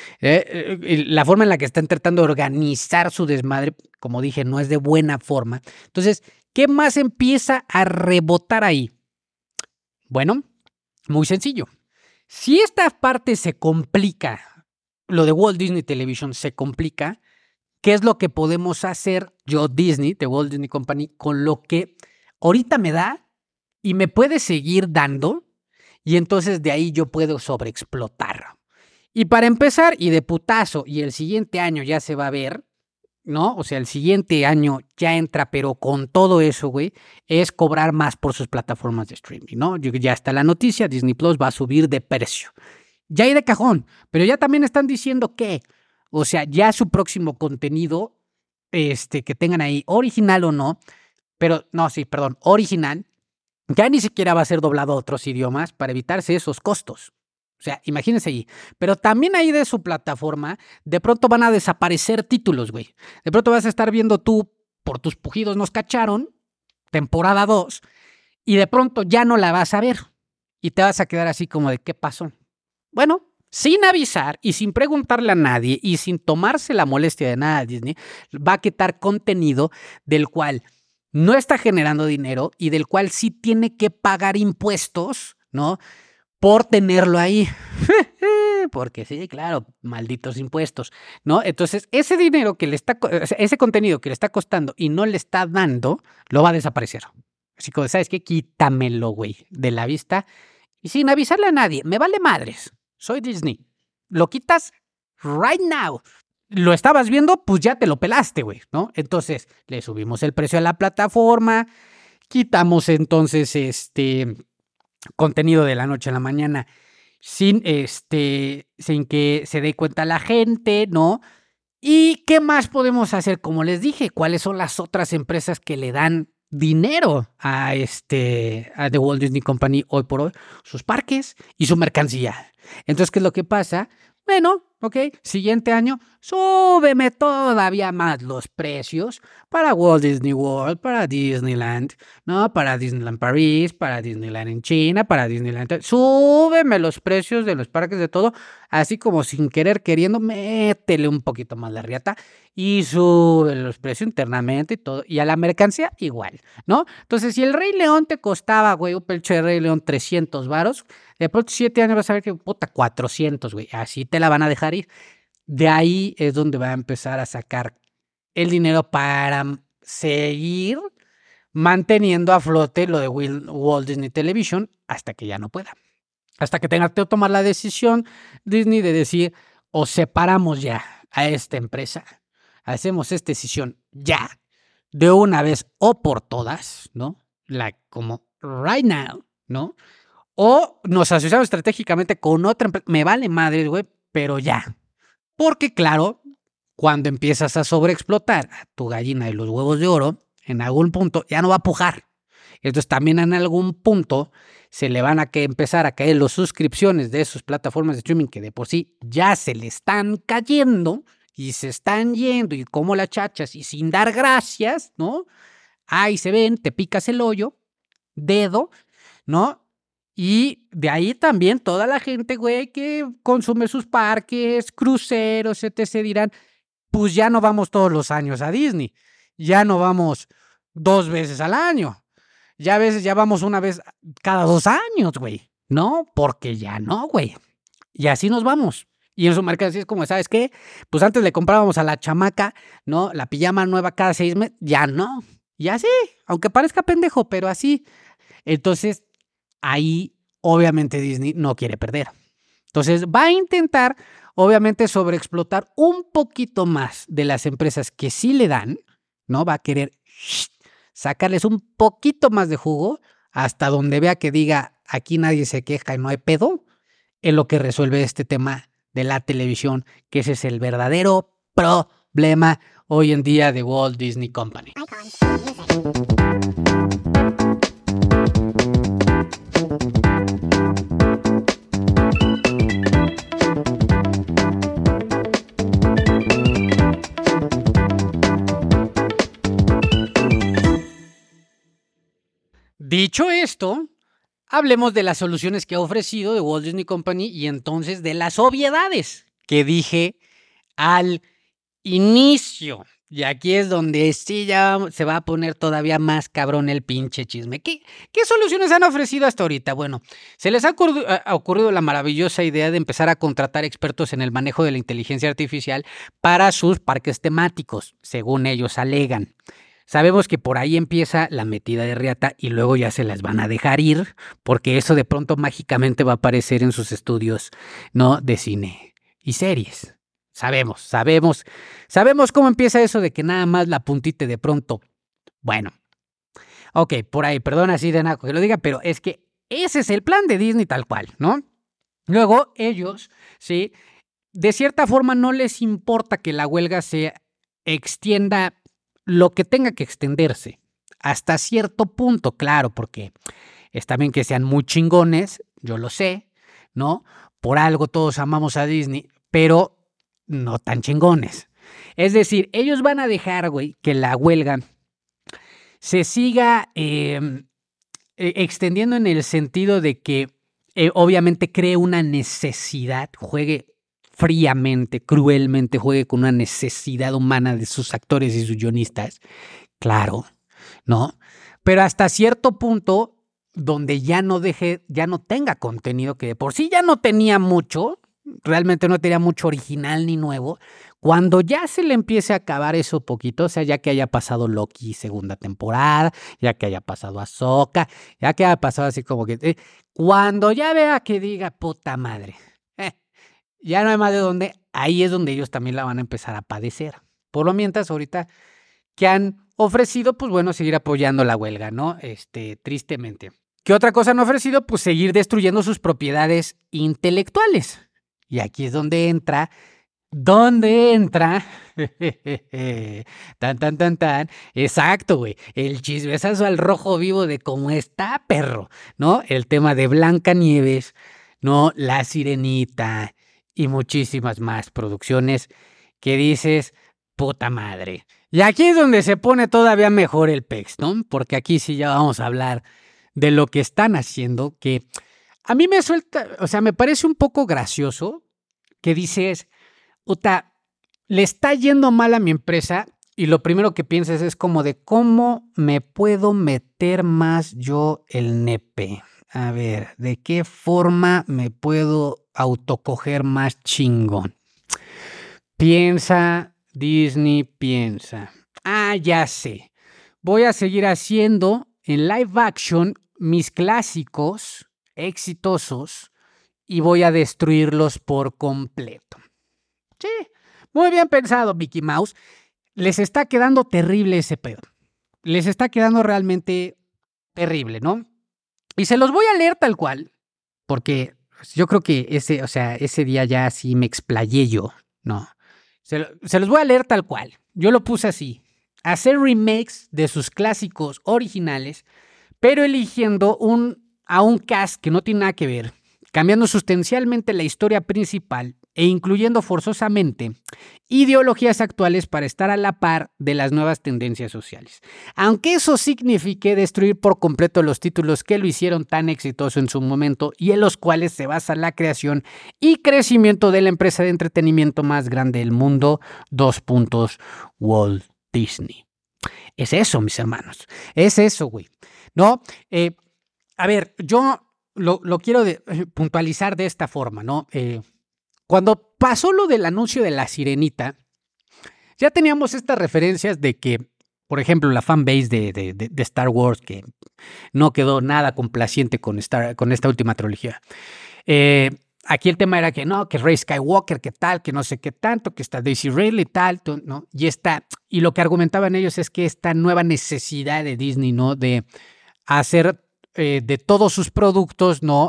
La forma en la que están tratando de organizar su desmadre, como dije, no es de buena forma. Entonces, ¿qué más empieza a rebotar ahí? Bueno, muy sencillo. Si esta parte se complica, lo de Walt Disney Television se complica, ¿qué es lo que podemos hacer yo, Disney, de Walt Disney Company, con lo que ahorita me da y me puede seguir dando? Y entonces de ahí yo puedo sobreexplotar. Y para empezar, y de putazo, y el siguiente año ya se va a ver, ¿no? O sea, el siguiente año ya entra, pero con todo eso, güey, es cobrar más por sus plataformas de streaming, ¿no? Ya está la noticia, Disney Plus va a subir de precio. Ya hay de cajón, pero ya también están diciendo que, o sea, ya su próximo contenido, que tengan ahí, original o no, pero, no, sí, perdón, original, ya ni siquiera va a ser doblado a otros idiomas para evitarse esos costos. O sea, imagínense ahí. Pero también ahí de su plataforma, de pronto van a desaparecer títulos, güey. De pronto vas a estar viendo tú, por tus pujidos nos cacharon, temporada 2, y de pronto ya no la vas a ver. Y te vas a quedar así como de, ¿qué pasó? Bueno, sin avisar y sin preguntarle a nadie y sin tomarse la molestia de nada a Disney, va a quitar contenido del cual no está generando dinero y del cual sí tiene que pagar impuestos, ¿no? Por tenerlo ahí. Porque sí, claro, malditos impuestos, ¿no? Entonces, ese dinero que le está, ese contenido que le está costando y no le está dando, lo va a desaparecer. Así como, ¿sabes qué? Quítamelo, güey, de la vista y sin avisarle a nadie. Me vale madres. Soy Disney. Lo quitas right now. Lo estabas viendo, pues ya te lo pelaste, güey, ¿no? Entonces, le subimos el precio a la plataforma, quitamos entonces contenido de la noche a la mañana sin que se dé cuenta la gente, ¿no? ¿Y qué más podemos hacer? Como les dije, ¿cuáles son las otras empresas que le dan dinero a The Walt Disney Company hoy por hoy? Sus parques y su mercancía. Entonces, ¿qué es lo que pasa? Bueno, ok, siguiente año, súbeme todavía más los precios para Walt Disney World, para Disneyland, ¿no? Para Disneyland París, para Disneyland en China, para Disneyland. Súbeme los precios de los parques de todo, así como sin querer, queriendo, métele un poquito más la riata y sube los precios internamente y todo. Y a la mercancía igual, ¿no? Entonces, si el Rey León te costaba, güey, un peluche de Rey León 300 varos, de pronto 7 años vas a ver que, puta, 400, güey. Así te la van a dejar ir. De ahí es donde va a empezar a sacar el dinero para seguir manteniendo a flote lo de Walt Disney Television hasta que ya no pueda. Hasta que tenga que tomar la decisión Disney de decir, o separamos ya a esta empresa, hacemos esta decisión ya, de una vez o por todas, ¿no? Como right now, ¿no? O nos asociamos estratégicamente con otra empresa. Me vale madre, güey, pero ya. Porque, claro, cuando empiezas a sobreexplotar a tu gallina de los huevos de oro, en algún punto ya no va a pujar. Entonces, también en algún punto se le van a empezar a caer las suscripciones de sus plataformas de streaming que de por sí ya se le están cayendo y se están yendo y como las chachas y sin dar gracias, ¿no? Ahí se ven, te picas el hoyo, dedo, ¿no? Y de ahí también toda la gente, güey, que consume sus parques, cruceros, etc. dirán, pues ya no vamos todos los años a Disney, ya no vamos 2 veces al año, ya a veces ya vamos una vez cada 2 años, güey, ¿no? Porque ya no, güey. Y así nos vamos. Y en su mercancía es como, ¿sabes qué? Pues antes le comprábamos a la chamaca, ¿no? La pijama nueva cada 6 meses, ya no. Y así, aunque parezca pendejo, pero así. Entonces, ahí obviamente Disney no quiere perder. Entonces va a intentar, obviamente, sobreexplotar un poquito más de las empresas que sí le dan, ¿no? Va a querer sacarles un poquito más de jugo hasta donde vea que diga, aquí nadie se queja y no hay pedo, en lo que resuelve este tema de la televisión, que ese es el verdadero problema hoy en día de Walt Disney Company. Dicho esto, hablemos de las soluciones que ha ofrecido The Walt Disney Company y entonces de las obviedades que dije al inicio. Y aquí es donde sí ya se va a poner todavía más cabrón el pinche chisme. ¿Qué soluciones han ofrecido hasta ahorita? Bueno, se les ha ocurrido la maravillosa idea de empezar a contratar expertos en el manejo de la inteligencia artificial para sus parques temáticos, según ellos alegan. Sabemos que por ahí empieza la metida de riata y luego ya se las van a dejar ir, porque eso de pronto mágicamente va a aparecer en sus estudios, ¿no? De cine y series. sabemos cómo empieza eso de que nada más la puntita y de pronto, bueno, ok, por ahí, perdón así de naco que lo diga, pero es que ese es el plan de Disney tal cual, ¿no? Luego ellos, sí, de cierta forma no les importa que la huelga se extienda lo que tenga que extenderse, hasta cierto punto, claro, porque está bien que sean muy chingones, yo lo sé, ¿no? Por algo todos amamos a Disney, pero no tan chingones. Es decir, ellos van a dejar, güey, que la huelga se siga extendiendo en el sentido de que obviamente cree una necesidad, juegue fríamente, cruelmente, juegue con una necesidad humana de sus actores y sus guionistas, claro, ¿no? Pero hasta cierto punto donde ya no tenga contenido que de por sí ya no tenía mucho, realmente no tenía mucho original ni nuevo, cuando ya se le empiece a acabar eso poquito, o sea, ya que haya pasado Loki segunda temporada, ya que haya pasado Ahsoka, ya que haya pasado así como que, cuando ya vea que diga, puta madre, ya no hay más de dónde, ahí es donde ellos también la van a empezar a padecer. Por lo mientras, ahorita que han ofrecido, pues bueno, seguir apoyando la huelga, ¿no? Tristemente. ¿Qué otra cosa han ofrecido? Pues seguir destruyendo sus propiedades intelectuales. Y aquí es donde entra, tan, exacto, güey, el chismesazo al rojo vivo de cómo está, perro, ¿no? El tema de Blancanieves, ¿no? La Sirenita y muchísimas más producciones que dices, puta madre. Y aquí es donde se pone todavía mejor el pex, ¿no? Porque aquí sí ya vamos a hablar de lo que están haciendo, que a mí me parece un poco gracioso que dices, puta, le está yendo mal a mi empresa y lo primero que piensas es como de cómo me puedo meter más yo el nepe. A ver, ¿de qué forma me puedo autocoger más chingón? Piensa, Disney, piensa. Ya sé. Voy a seguir haciendo en live action mis clásicos exitosos y voy a destruirlos por completo. Sí, muy bien pensado, Mickey Mouse. Les está quedando terrible ese pedo. Les está quedando realmente terrible, ¿no? Y se los voy a leer tal cual, porque yo creo que ese día ya sí me explayé yo, ¿no? Se los voy a leer tal cual. Yo lo puse así. Hacer remakes de sus clásicos originales, pero eligiendo a un cast que no tiene nada que ver, cambiando sustancialmente la historia principal e incluyendo forzosamente ideologías actuales para estar a la par de las nuevas tendencias sociales. Aunque eso signifique destruir por completo los títulos que lo hicieron tan exitoso en su momento y en los cuales se basa la creación y crecimiento de la empresa de entretenimiento más grande del mundo, Walt Disney. Es eso, mis hermanos. Es eso, güey. ¿No? A ver, yo lo quiero puntualizar de esta forma, ¿no? Cuando pasó lo del anuncio de La Sirenita, ya teníamos estas referencias de que, por ejemplo, la fanbase de Star Wars, que no quedó nada complaciente con esta última trilogía. Aquí el tema era que no, que Rey Skywalker, que tal, que no sé qué tanto, que está Daisy Ridley, tal, ¿no? Y lo que argumentaban ellos es que esta nueva necesidad de Disney, ¿no? De hacer de todos sus productos, ¿no?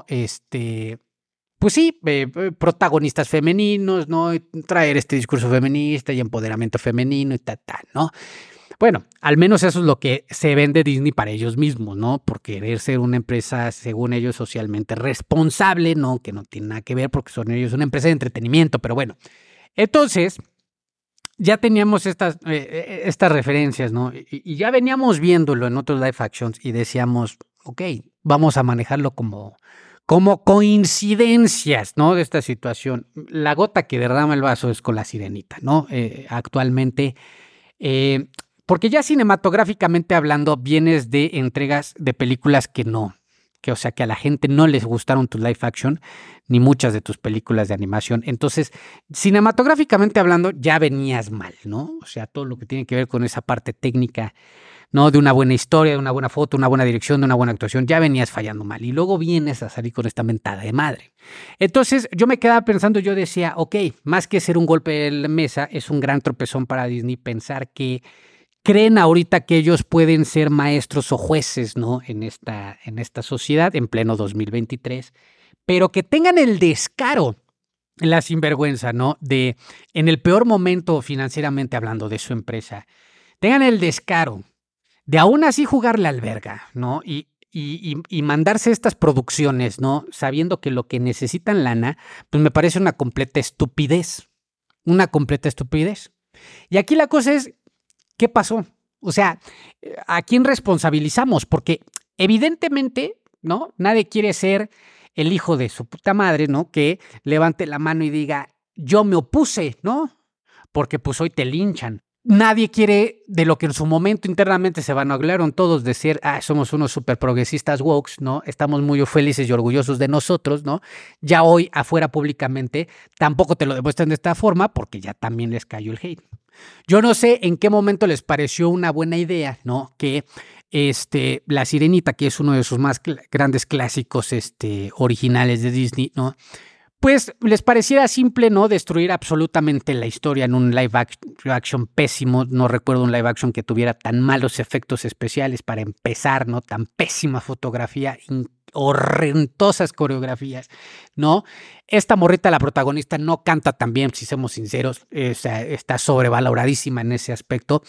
Pues sí, protagonistas femeninos, ¿no? Y traer este discurso feminista y empoderamiento femenino y tal, ¿no? Bueno, al menos eso es lo que se vende Disney para ellos mismos, ¿no? Por querer ser una empresa, según ellos, socialmente responsable, ¿no? Que no tiene nada que ver porque son ellos una empresa de entretenimiento, pero bueno. Entonces, ya teníamos estas referencias, ¿no? Y ya veníamos viéndolo en otros live actions y decíamos, ok, vamos a manejarlo como coincidencias, ¿no? De esta situación. La gota que derrama el vaso es con La Sirenita, ¿no? Actualmente, porque ya cinematográficamente hablando, vienes de entregas de películas que a la gente no les gustaron tus live action, ni muchas de tus películas de animación. Entonces, cinematográficamente hablando, ya venías mal, ¿no? O sea, todo lo que tiene que ver con esa parte técnica ¿no? De una buena historia, de una buena foto, una buena dirección, de una buena actuación, ya venías fallando mal. Y luego vienes a salir con esta mentada de madre. Entonces yo me quedaba pensando, yo decía, ok, más que ser un golpe en la mesa, es un gran tropezón para Disney pensar que creen ahorita que ellos pueden ser maestros o jueces, ¿no? En esta sociedad, en pleno 2023, pero que tengan el descaro, la sinvergüenza, ¿no? De, en el peor momento financieramente hablando de su empresa, tengan el descaro de aún así jugarle al verga, ¿no? Y mandarse estas producciones, ¿no? Sabiendo que lo que necesitan lana, pues me parece una completa estupidez. Una completa estupidez. Y aquí la cosa es, ¿qué pasó? O sea, ¿a quién responsabilizamos? Porque evidentemente, ¿no? Nadie quiere ser el hijo de su puta madre, ¿no? Que levante la mano y diga, yo me opuse, ¿no? Porque pues hoy te linchan. Nadie quiere, de lo que en su momento internamente se vanagloriaron todos, de ser, somos unos super progresistas woke, ¿no? Estamos muy felices y orgullosos de nosotros, ¿no? Ya hoy, afuera públicamente, tampoco te lo demuestran de esta forma porque ya también les cayó el hate. Yo no sé en qué momento les pareció una buena idea, ¿no? Que La Sirenita, que es uno de sus más grandes clásicos originales de Disney, ¿no? Pues les pareciera simple, ¿no? Destruir absolutamente la historia en un live action pésimo. No recuerdo un live action que tuviera tan malos efectos especiales para empezar, ¿no? Tan pésima fotografía, horrendosas coreografías, ¿no? Esta morrita, la protagonista, no canta tan bien, si somos sinceros, o sea, está sobrevaloradísima en ese aspecto,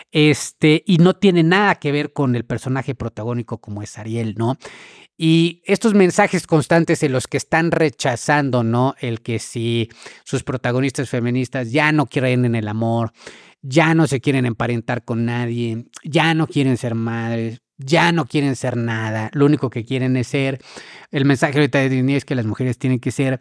y no tiene nada que ver con el personaje protagónico como es Ariel, ¿no? Y estos mensajes constantes en los que están rechazando, ¿no? El que si sus protagonistas feministas ya no creen en el amor, ya no se quieren emparentar con nadie, ya no quieren ser madres, ya no quieren ser nada, lo único que quieren es ser, el mensaje ahorita de Disney es que las mujeres tienen que ser,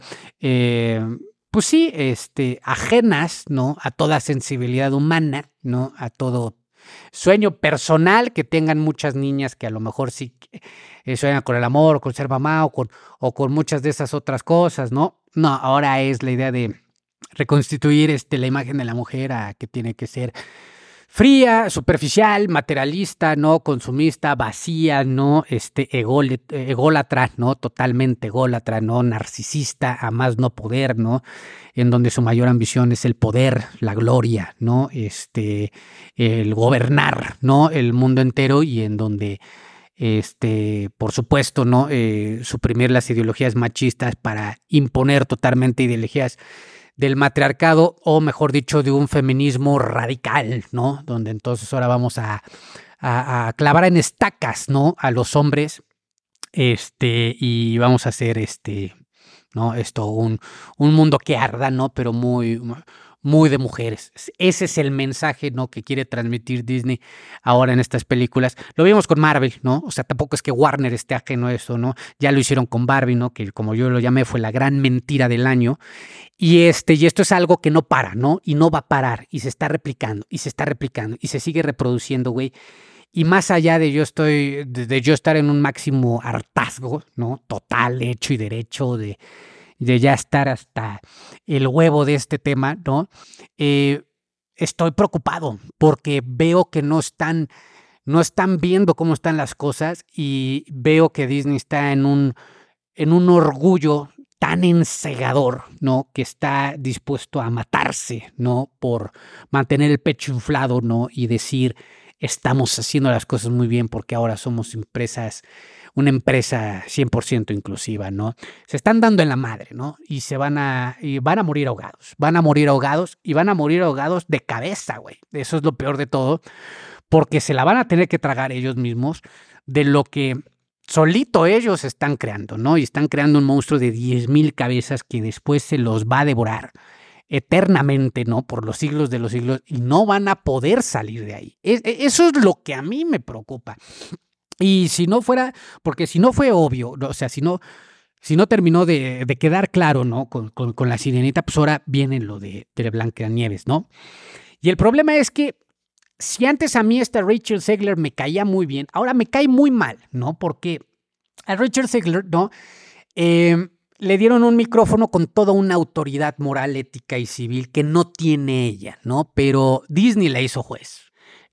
pues sí, ajenas, ¿no? A toda sensibilidad humana, ¿no? A todo sueño personal que tengan muchas niñas que a lo mejor sí sueñan con el amor, o con ser mamá, o con muchas de esas otras cosas, ¿no? No, ahora es la idea de reconstituir la imagen de la mujer a que tiene que ser fría, superficial, materialista, ¿no? Consumista, vacía, ¿no? Ególatra, ¿no? Totalmente ególatra, ¿no? Narcisista, a más no poder, ¿no? En donde su mayor ambición es el poder, la gloria, ¿no? El gobernar, ¿no? El mundo entero y en donde por supuesto, ¿no? Suprimir las ideologías machistas para imponer totalmente ideologías del matriarcado, o mejor dicho, de un feminismo radical, ¿no? Donde entonces ahora vamos a clavar en estacas, ¿no? A los hombres, y vamos a hacer ¿no? Un mundo que arda, ¿no? Pero muy, muy de mujeres. Ese es el mensaje, ¿no? Que quiere transmitir Disney ahora en estas películas. Lo vimos con Marvel, ¿no? O sea, tampoco es que Warner esté ajeno a eso, ¿no? Ya lo hicieron con Barbie, ¿no? Que como yo lo llamé fue la gran mentira del año. Y esto es algo que no para, ¿no? Y no va a parar. Y se está replicando, y se está replicando, y se sigue reproduciendo, güey. Y más allá de yo estar en un máximo hartazgo, ¿no? Total, hecho y derecho, de ya estar hasta el huevo de este tema, ¿no? Estoy preocupado porque veo que no están viendo cómo están las cosas, y veo que Disney está en un orgullo tan encegador, ¿no? Que está dispuesto a matarse, ¿no? Por mantener el pecho inflado, ¿no? Y decir, estamos haciendo las cosas muy bien porque ahora somos una empresa 100% inclusiva, ¿no? Se están dando en la madre, ¿no? Y van a morir ahogados, van a morir ahogados y van a morir ahogados de cabeza, güey. Eso es lo peor de todo, porque se la van a tener que tragar ellos mismos de lo que solito ellos están creando, ¿no? Y están creando un monstruo de 10,000 cabezas que después se los va a devorar eternamente, ¿no? Por los siglos de los siglos, y no van a poder salir de ahí. Eso es lo que a mí me preocupa. Y si no fuera, porque si no fue obvio, ¿no? O sea, si no terminó de quedar claro, ¿no? Con la Sirenita, pues ahora viene lo de Blancanieves, ¿no? Y el problema es que si antes a mí esta Rachel Zegler me caía muy bien, ahora me cae muy mal, ¿no? Porque a Rachel Zegler, ¿no? Le dieron un micrófono con toda una autoridad moral, ética y civil que no tiene ella, ¿no? Pero Disney la hizo juez.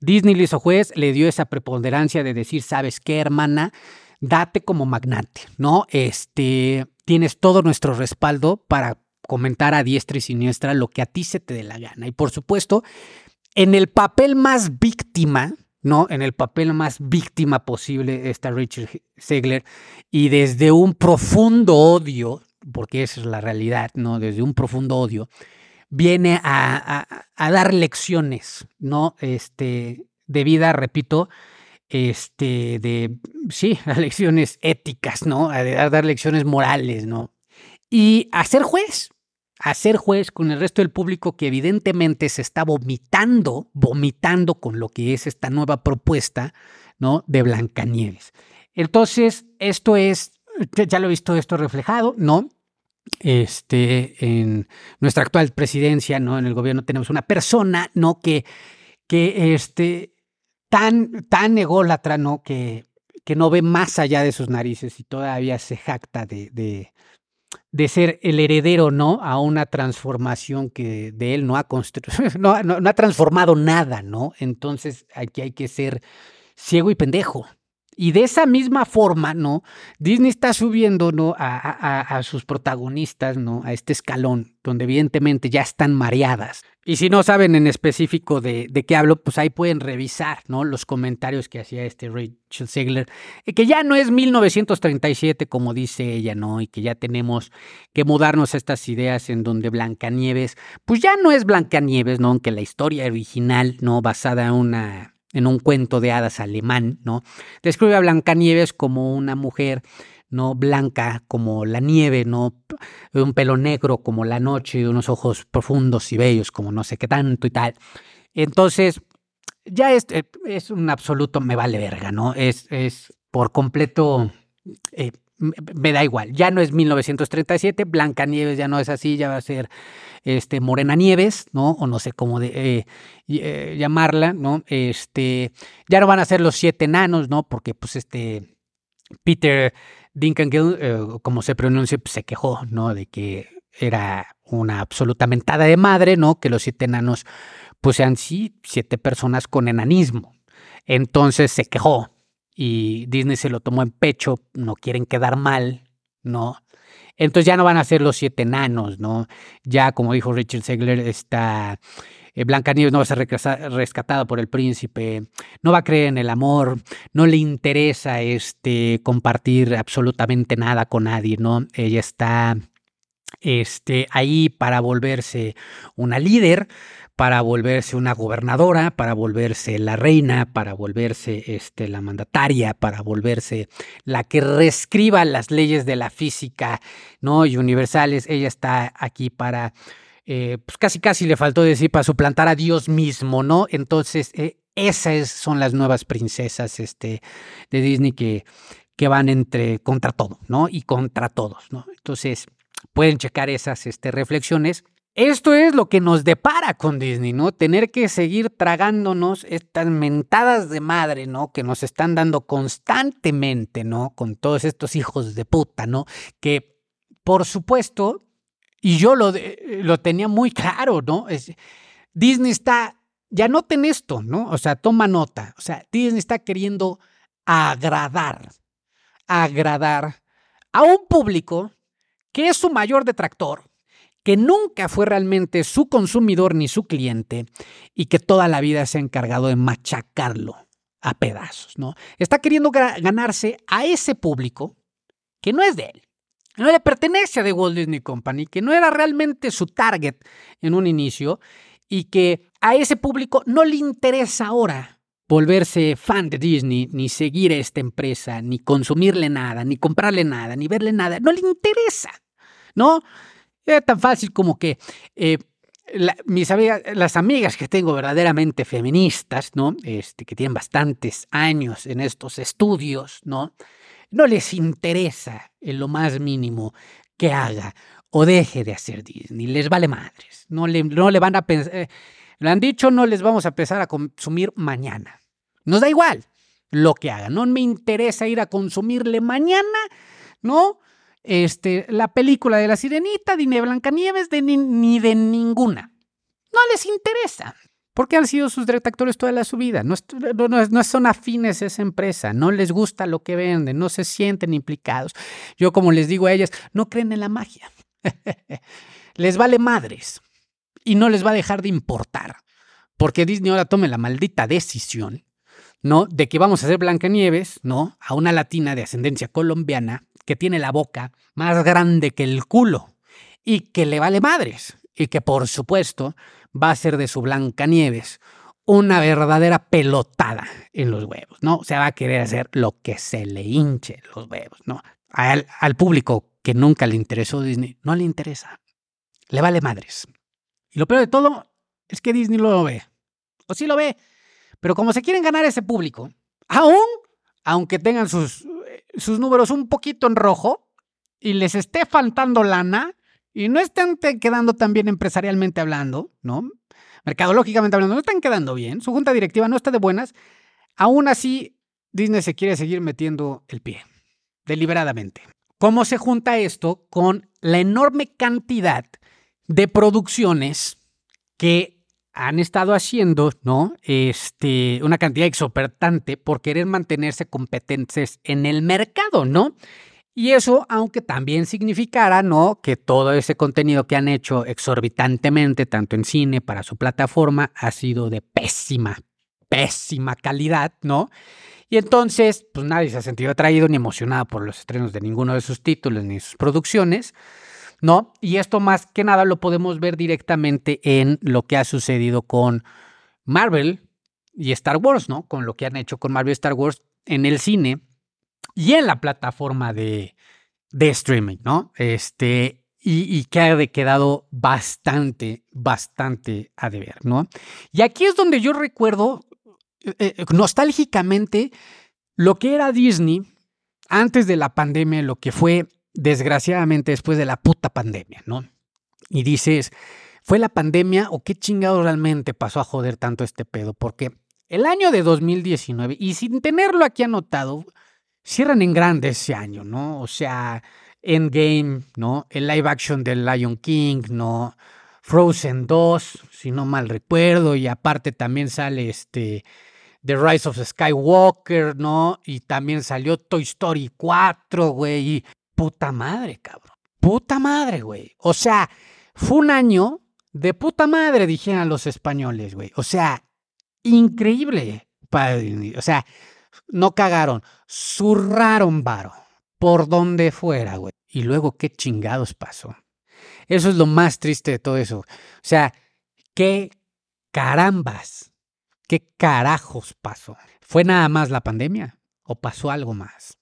Disney le hizo juez, le dio esa preponderancia de decir, ¿sabes qué, hermana? Date como magnate, ¿no? Tienes todo nuestro respaldo para comentar a diestra y siniestra lo que a ti se te dé la gana. Y por supuesto, en el papel más víctima, ¿no? En el papel más víctima posible está Richard Segler, y desde un profundo odio, porque esa es la realidad, ¿no? Desde un profundo odio, viene a dar lecciones, ¿no? De vida, repito, sí, a lecciones éticas, ¿no? A dar lecciones morales, ¿no? Y a ser juez con el resto del público que evidentemente se está vomitando con lo que es esta nueva propuesta, ¿no? De Blancanieves. Entonces, esto es, ya lo he visto esto reflejado, ¿no? En nuestra actual presidencia, ¿no? En el gobierno tenemos una persona, ¿no? Que tan ególatra, ¿no? Que no ve más allá de sus narices y todavía se jacta de ser el heredero, ¿no? A una transformación que de él no ha no ha transformado nada, ¿no? Entonces aquí hay que ser ciego y pendejo. Y de esa misma forma, ¿no? Disney está subiendo, ¿no? A sus protagonistas, ¿no? A este escalón, donde evidentemente ya están mareadas. Y si no saben en específico de qué hablo, pues ahí pueden revisar, ¿no? Los comentarios que hacía Rachel Zegler, que ya no es 1937 como dice ella, ¿no? Y que ya tenemos que mudarnos a estas ideas en donde Blancanieves, pues ya no es Blancanieves, ¿no? Aunque la historia original, ¿no? Basada en un cuento de hadas alemán, ¿no? Describe a Blancanieves como una mujer, ¿no? Blanca como la nieve, ¿no? De un pelo negro como la noche, de unos ojos profundos y bellos como no sé qué tanto y tal. Entonces, ya es un absoluto me vale verga, ¿no? Es por completo, me da igual. Ya no es 1937, Blancanieves ya no es así, ya va a ser Morena Nieves, ¿no? O no sé cómo llamarla, ¿no? Ya no van a ser los 7 enanos, ¿no? Porque pues Peter Dinklage, como se pronuncia, pues, se quejó, ¿no? De que era una absoluta mentada de madre, ¿no? Que los 7 enanos, pues sean sí 7 personas con enanismo. Entonces se quejó y Disney se lo tomó en pecho, no quieren quedar mal, ¿no? Entonces ya no van a ser los 7 enanos, ¿no? Ya, como dijo Richard Segler, Blancanieves no va a ser rescatada por el príncipe, no va a creer en el amor, no le interesa compartir absolutamente nada con nadie, ¿no? Ella está ahí para volverse una líder, para volverse una gobernadora, para volverse la reina, para volverse la mandataria, para volverse la que reescriba las leyes de la física, ¿no? Y universales. Ella está aquí para, pues casi le faltó decir, para suplantar a Dios mismo, ¿no? Entonces, esas son las nuevas princesas de Disney que van contra todo, ¿no? Y contra todos, ¿no? Entonces, pueden checar esas reflexiones. Esto es lo que nos depara con Disney, ¿no? Tener que seguir tragándonos estas mentadas de madre, ¿no? Que nos están dando constantemente, ¿no? Con todos estos hijos de puta, ¿no? Que, por supuesto, y yo lo tenía muy claro, ¿no? Disney está, ya noten esto, ¿no? O sea, toma nota. O sea, Disney está queriendo agradar a un público que es su mayor detractor, que nunca fue realmente su consumidor ni su cliente y que toda la vida se ha encargado de machacarlo a pedazos, ¿no? Está queriendo ganarse a ese público que no es de él, no le pertenece a The Walt Disney Company, que no era realmente su target en un inicio y que a ese público no le interesa ahora volverse fan de Disney, ni seguir a esta empresa, ni consumirle nada, ni comprarle nada, ni verle nada. No le interesa, ¿no? Es tan fácil como que las amigas que tengo verdaderamente feministas, ¿no? Que tienen bastantes años en estos estudios, ¿no? No les interesa en lo más mínimo que haga o deje de hacer Disney. Les vale madres. No le van a pensar. Le han dicho, no les vamos a empezar a consumir mañana. Nos da igual lo que hagan. No me interesa ir a consumirle mañana, ¿no? La película de La Sirenita, ni de Blancanieves, ni de ninguna. No les interesa. Porque han sido sus detractores toda su vida. No son afines a esa empresa, no les gusta lo que venden, no se sienten implicados. Yo, como les digo a ellas, no creen en la magia. Les vale madres y no les va a dejar de importar. Porque Disney ahora tome la maldita decisión, ¿no?, de que vamos a hacer Blancanieves, ¿no?, a una latina de ascendencia colombiana que tiene la boca más grande que el culo y que le vale madres. Y que, por supuesto, va a ser de su Blancanieves una verdadera pelotada en los huevos, ¿no? O sea, va a querer hacer lo que se le hinche los huevos, ¿no? Al público que nunca le interesó Disney, no le interesa. Le vale madres. Y lo peor de todo es que Disney lo ve. O sí lo ve. Pero como se quieren ganar ese público, aunque tengan sus números un poquito en rojo y les esté faltando lana y no estén quedando tan bien empresarialmente hablando, ¿no?, mercadológicamente hablando, no están quedando bien, su junta directiva no está de buenas, aún así Disney se quiere seguir metiendo el pie, deliberadamente. ¿Cómo se junta esto con la enorme cantidad de producciones que han estado haciendo, ¿no?, una cantidad exorbitante por querer mantenerse competentes en el mercado, ¿no? Y eso, aunque también significara, ¿no?, que todo ese contenido que han hecho exorbitantemente, tanto en cine para su plataforma, ha sido de pésima calidad, ¿no? Y entonces, pues nadie se ha sentido atraído ni emocionado por los estrenos de ninguno de sus títulos ni sus producciones, ¿no? Y esto más que nada lo podemos ver directamente en lo que ha sucedido con Marvel y Star Wars, ¿no? Con lo que han hecho con Marvel y Star Wars en el cine y en la plataforma de streaming, ¿no? Y que ha quedado bastante a deber, ¿no? Y aquí es donde yo recuerdo nostálgicamente lo que era Disney antes de la pandemia, lo que fue desgraciadamente después de la puta pandemia, ¿no? Y dices, ¿fue la pandemia o qué chingado realmente pasó a joder tanto este pedo? Porque el año de 2019, y sin tenerlo aquí anotado, cierran en grande ese año, ¿no? O sea, Endgame, ¿no? El live action del Lion King, ¿no? Frozen 2, si no mal recuerdo, y aparte también sale The Rise of Skywalker, ¿no? Y también salió Toy Story 4, güey, y puta madre, cabrón. Puta madre, güey. O sea, fue un año de puta madre, dijeron los españoles, güey. O sea, increíble. O sea, no cagaron, zurraron varo por donde fuera, güey. Y luego, ¿qué chingados pasó? Eso es lo más triste de todo eso. O sea, ¿qué carambas? ¿Qué carajos pasó? ¿Fue nada más la pandemia? ¿O pasó algo más?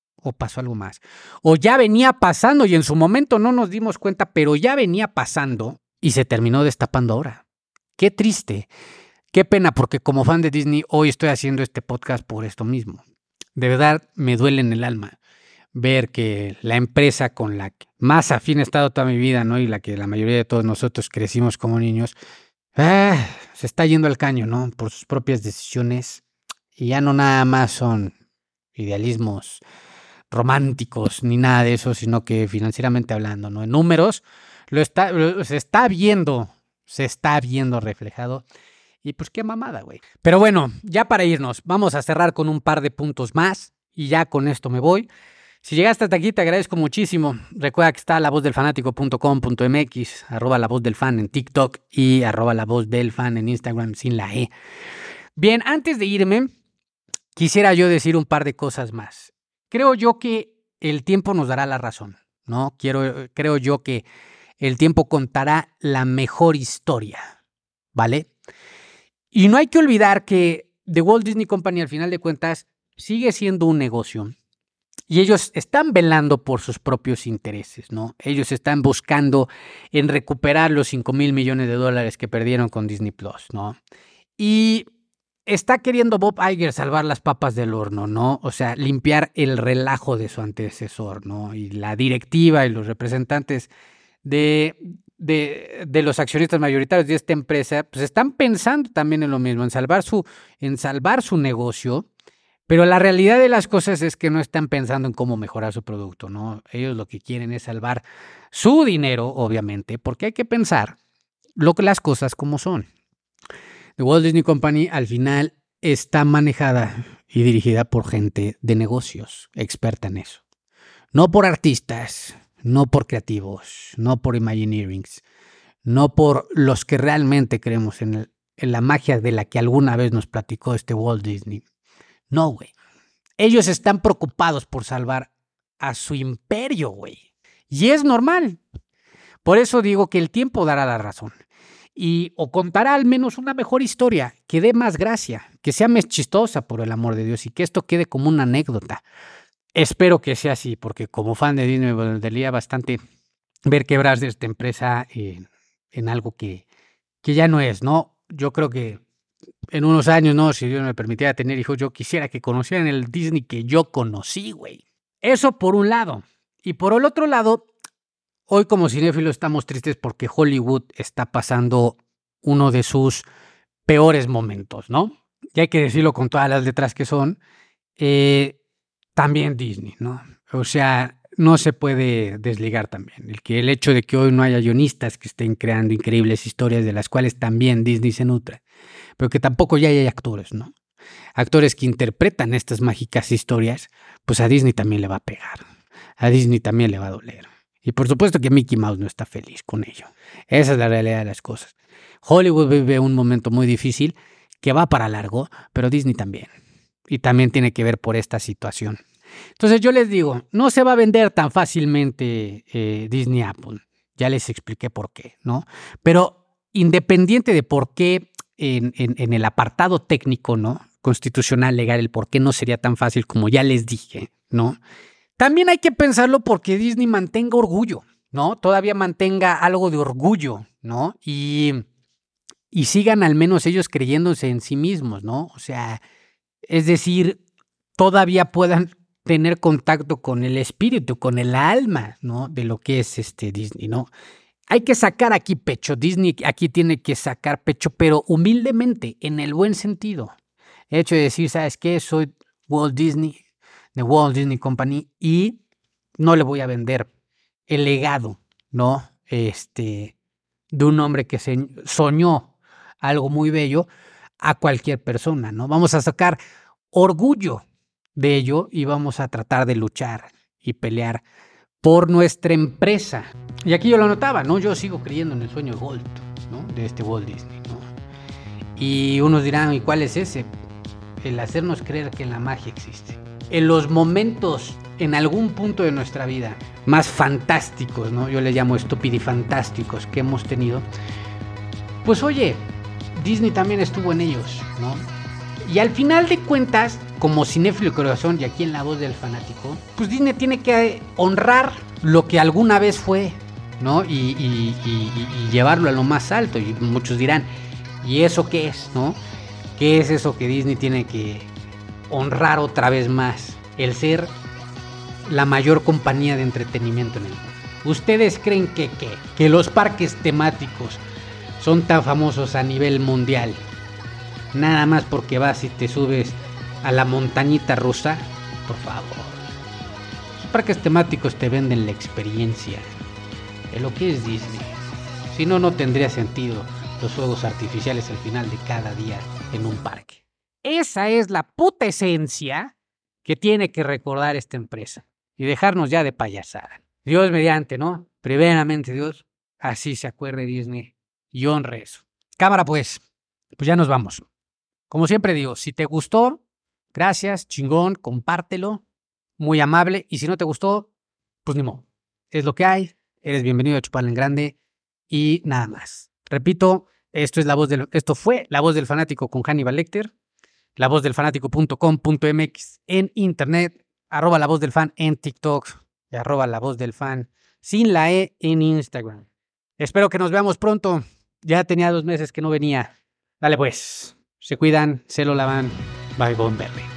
O ya venía pasando y en su momento no nos dimos cuenta, pero ya venía pasando y se terminó destapando ahora. Qué triste. Qué pena, porque como fan de Disney hoy estoy haciendo este podcast por esto mismo. De verdad me duele en el alma ver que la empresa con la que más afín he estado toda mi vida, ¿no?, y la que la mayoría de todos nosotros crecimos como niños, se está yendo al caño, ¿no?, por sus propias decisiones, y ya no nada más son idealismos románticos ni nada de eso, sino que financieramente hablando, ¿no?, en números se está viendo reflejado. Y pues qué mamada, güey. Pero bueno, ya para irnos, vamos a cerrar con un par de puntos más y ya con esto me voy. Si llegaste hasta aquí, te agradezco muchísimo. Recuerda que está lavozdelfanático.com.mx, @lavozdelfan en TikTok y @lavozdelfan en Instagram sin la E. Bien, antes de irme, quisiera yo decir un par de cosas más. Creo yo que el tiempo nos dará la razón, ¿no? Creo yo que el tiempo contará la mejor historia, ¿vale? Y no hay que olvidar que The Walt Disney Company, al final de cuentas, sigue siendo un negocio. Y ellos están velando por sus propios intereses, ¿no? Ellos están buscando en recuperar los $5,000 millones que perdieron con Disney Plus, ¿no? Y está queriendo Bob Iger salvar las papas del horno, ¿no? O sea, limpiar el relajo de su antecesor, ¿no? Y la directiva y los representantes de los accionistas mayoritarios de esta empresa, pues están pensando también en lo mismo, en salvar su negocio, pero la realidad de las cosas es que no están pensando en cómo mejorar su producto, ¿no? Ellos lo que quieren es salvar su dinero, obviamente, porque hay que pensar las cosas como son. The Walt Disney Company al final está manejada y dirigida por gente de negocios, experta en eso. No por artistas, no por creativos, no por Imagineerings, no por los que realmente creemos en la magia de la que alguna vez nos platicó este Walt Disney. No, güey. Ellos están preocupados por salvar a su imperio, güey. Y es normal. Por eso digo que el tiempo dará la razón. O contará al menos una mejor historia, que dé más gracia, que sea más chistosa, por el amor de Dios, y que esto quede como una anécdota. Espero que sea así, porque como fan de Disney me dolería bastante ver quebrarse esta empresa en algo que ya no es, ¿no? Yo creo que en unos años, ¿no? Si Dios me permitiera tener hijos, yo quisiera que conocieran el Disney que yo conocí, güey. Eso por un lado. Y por el otro lado, hoy como cinéfilos estamos tristes porque Hollywood está pasando uno de sus peores momentos, ¿no? Y hay que decirlo con todas las letras que son. También Disney, ¿no? O sea, no se puede desligar también. El hecho de que hoy no haya guionistas que estén creando increíbles historias de las cuales también Disney se nutre, pero que tampoco ya hay actores, ¿no? Actores que interpretan estas mágicas historias, pues a Disney también le va a pegar. A Disney también le va a doler. Y por supuesto que Mickey Mouse no está feliz con ello. Esa es la realidad de las cosas. Hollywood vive un momento muy difícil que va para largo, pero Disney también. Y también tiene que ver por esta situación. Entonces yo les digo, no se va a vender tan fácilmente Disney Apple. Ya les expliqué por qué, ¿no? Pero independiente de por qué en el apartado técnico, ¿no? Constitucional, legal, el por qué no sería tan fácil como ya les dije, ¿no? También hay que pensarlo porque Disney mantenga orgullo, ¿no? Todavía mantenga algo de orgullo, ¿no? Y sigan al menos ellos creyéndose en sí mismos, ¿no? O sea, es decir, todavía puedan tener contacto con el espíritu, con el alma, ¿no? De lo que es Disney, ¿no? Hay que sacar aquí pecho. Disney aquí tiene que sacar pecho, pero humildemente, en el buen sentido. El hecho de decir, ¿sabes qué? Soy Walt Disney, de Walt Disney Company, y no le voy a vender el legado, ¿no? De un hombre que soñó algo muy bello a cualquier persona, ¿no? Vamos a sacar orgullo de ello y vamos a tratar de luchar y pelear por nuestra empresa. Y aquí yo lo notaba, ¿no? Yo sigo creyendo en el sueño de Walt, ¿no? De este Walt Disney, ¿no? Y unos dirán, ¿y cuál es ese? El hacernos creer que la magia existe. En los momentos, en algún punto de nuestra vida, más fantásticos, ¿no? Yo les llamo estupidifantásticos que hemos tenido. Pues oye, Disney también estuvo en ellos, ¿no? Y al final de cuentas, como cinéfilo de corazón y aquí en La Voz del Fanático, pues Disney tiene que honrar lo que alguna vez fue, ¿no? Y llevarlo a lo más alto. Y muchos dirán, ¿y eso qué es, no? ¿Qué es eso que Disney tiene que honrar otra vez más? El ser la mayor compañía de entretenimiento en el mundo. ¿Ustedes creen que los parques temáticos son tan famosos a nivel mundial nada más porque vas y te subes a la montañita rusa? Por favor. Los parques temáticos te venden la experiencia de lo que es Disney. Si no, no tendría sentido los fuegos artificiales al final de cada día en un parque. Esa es la puta esencia que tiene que recordar esta empresa y dejarnos ya de payasada. Dios mediante, ¿no? Primeramente Dios, así se acuerde Disney y honre eso. Cámara pues ya nos vamos. Como siempre digo, si te gustó, gracias, chingón, compártelo, muy amable. Y si no te gustó, pues ni modo. Es lo que hay, eres bienvenido a chuparle en grande y nada más. Repito, esto fue La Voz del Fanático con Hannibal Lecter, lavozdelfanático.com.mx en internet, @lavozdelfan en TikTok y @lavozdelfan sin la E en Instagram. Espero que nos veamos pronto. Ya tenía 2 meses que no venía. Dale pues. Se cuidan, se lo lavan. Bye, Bon Verde.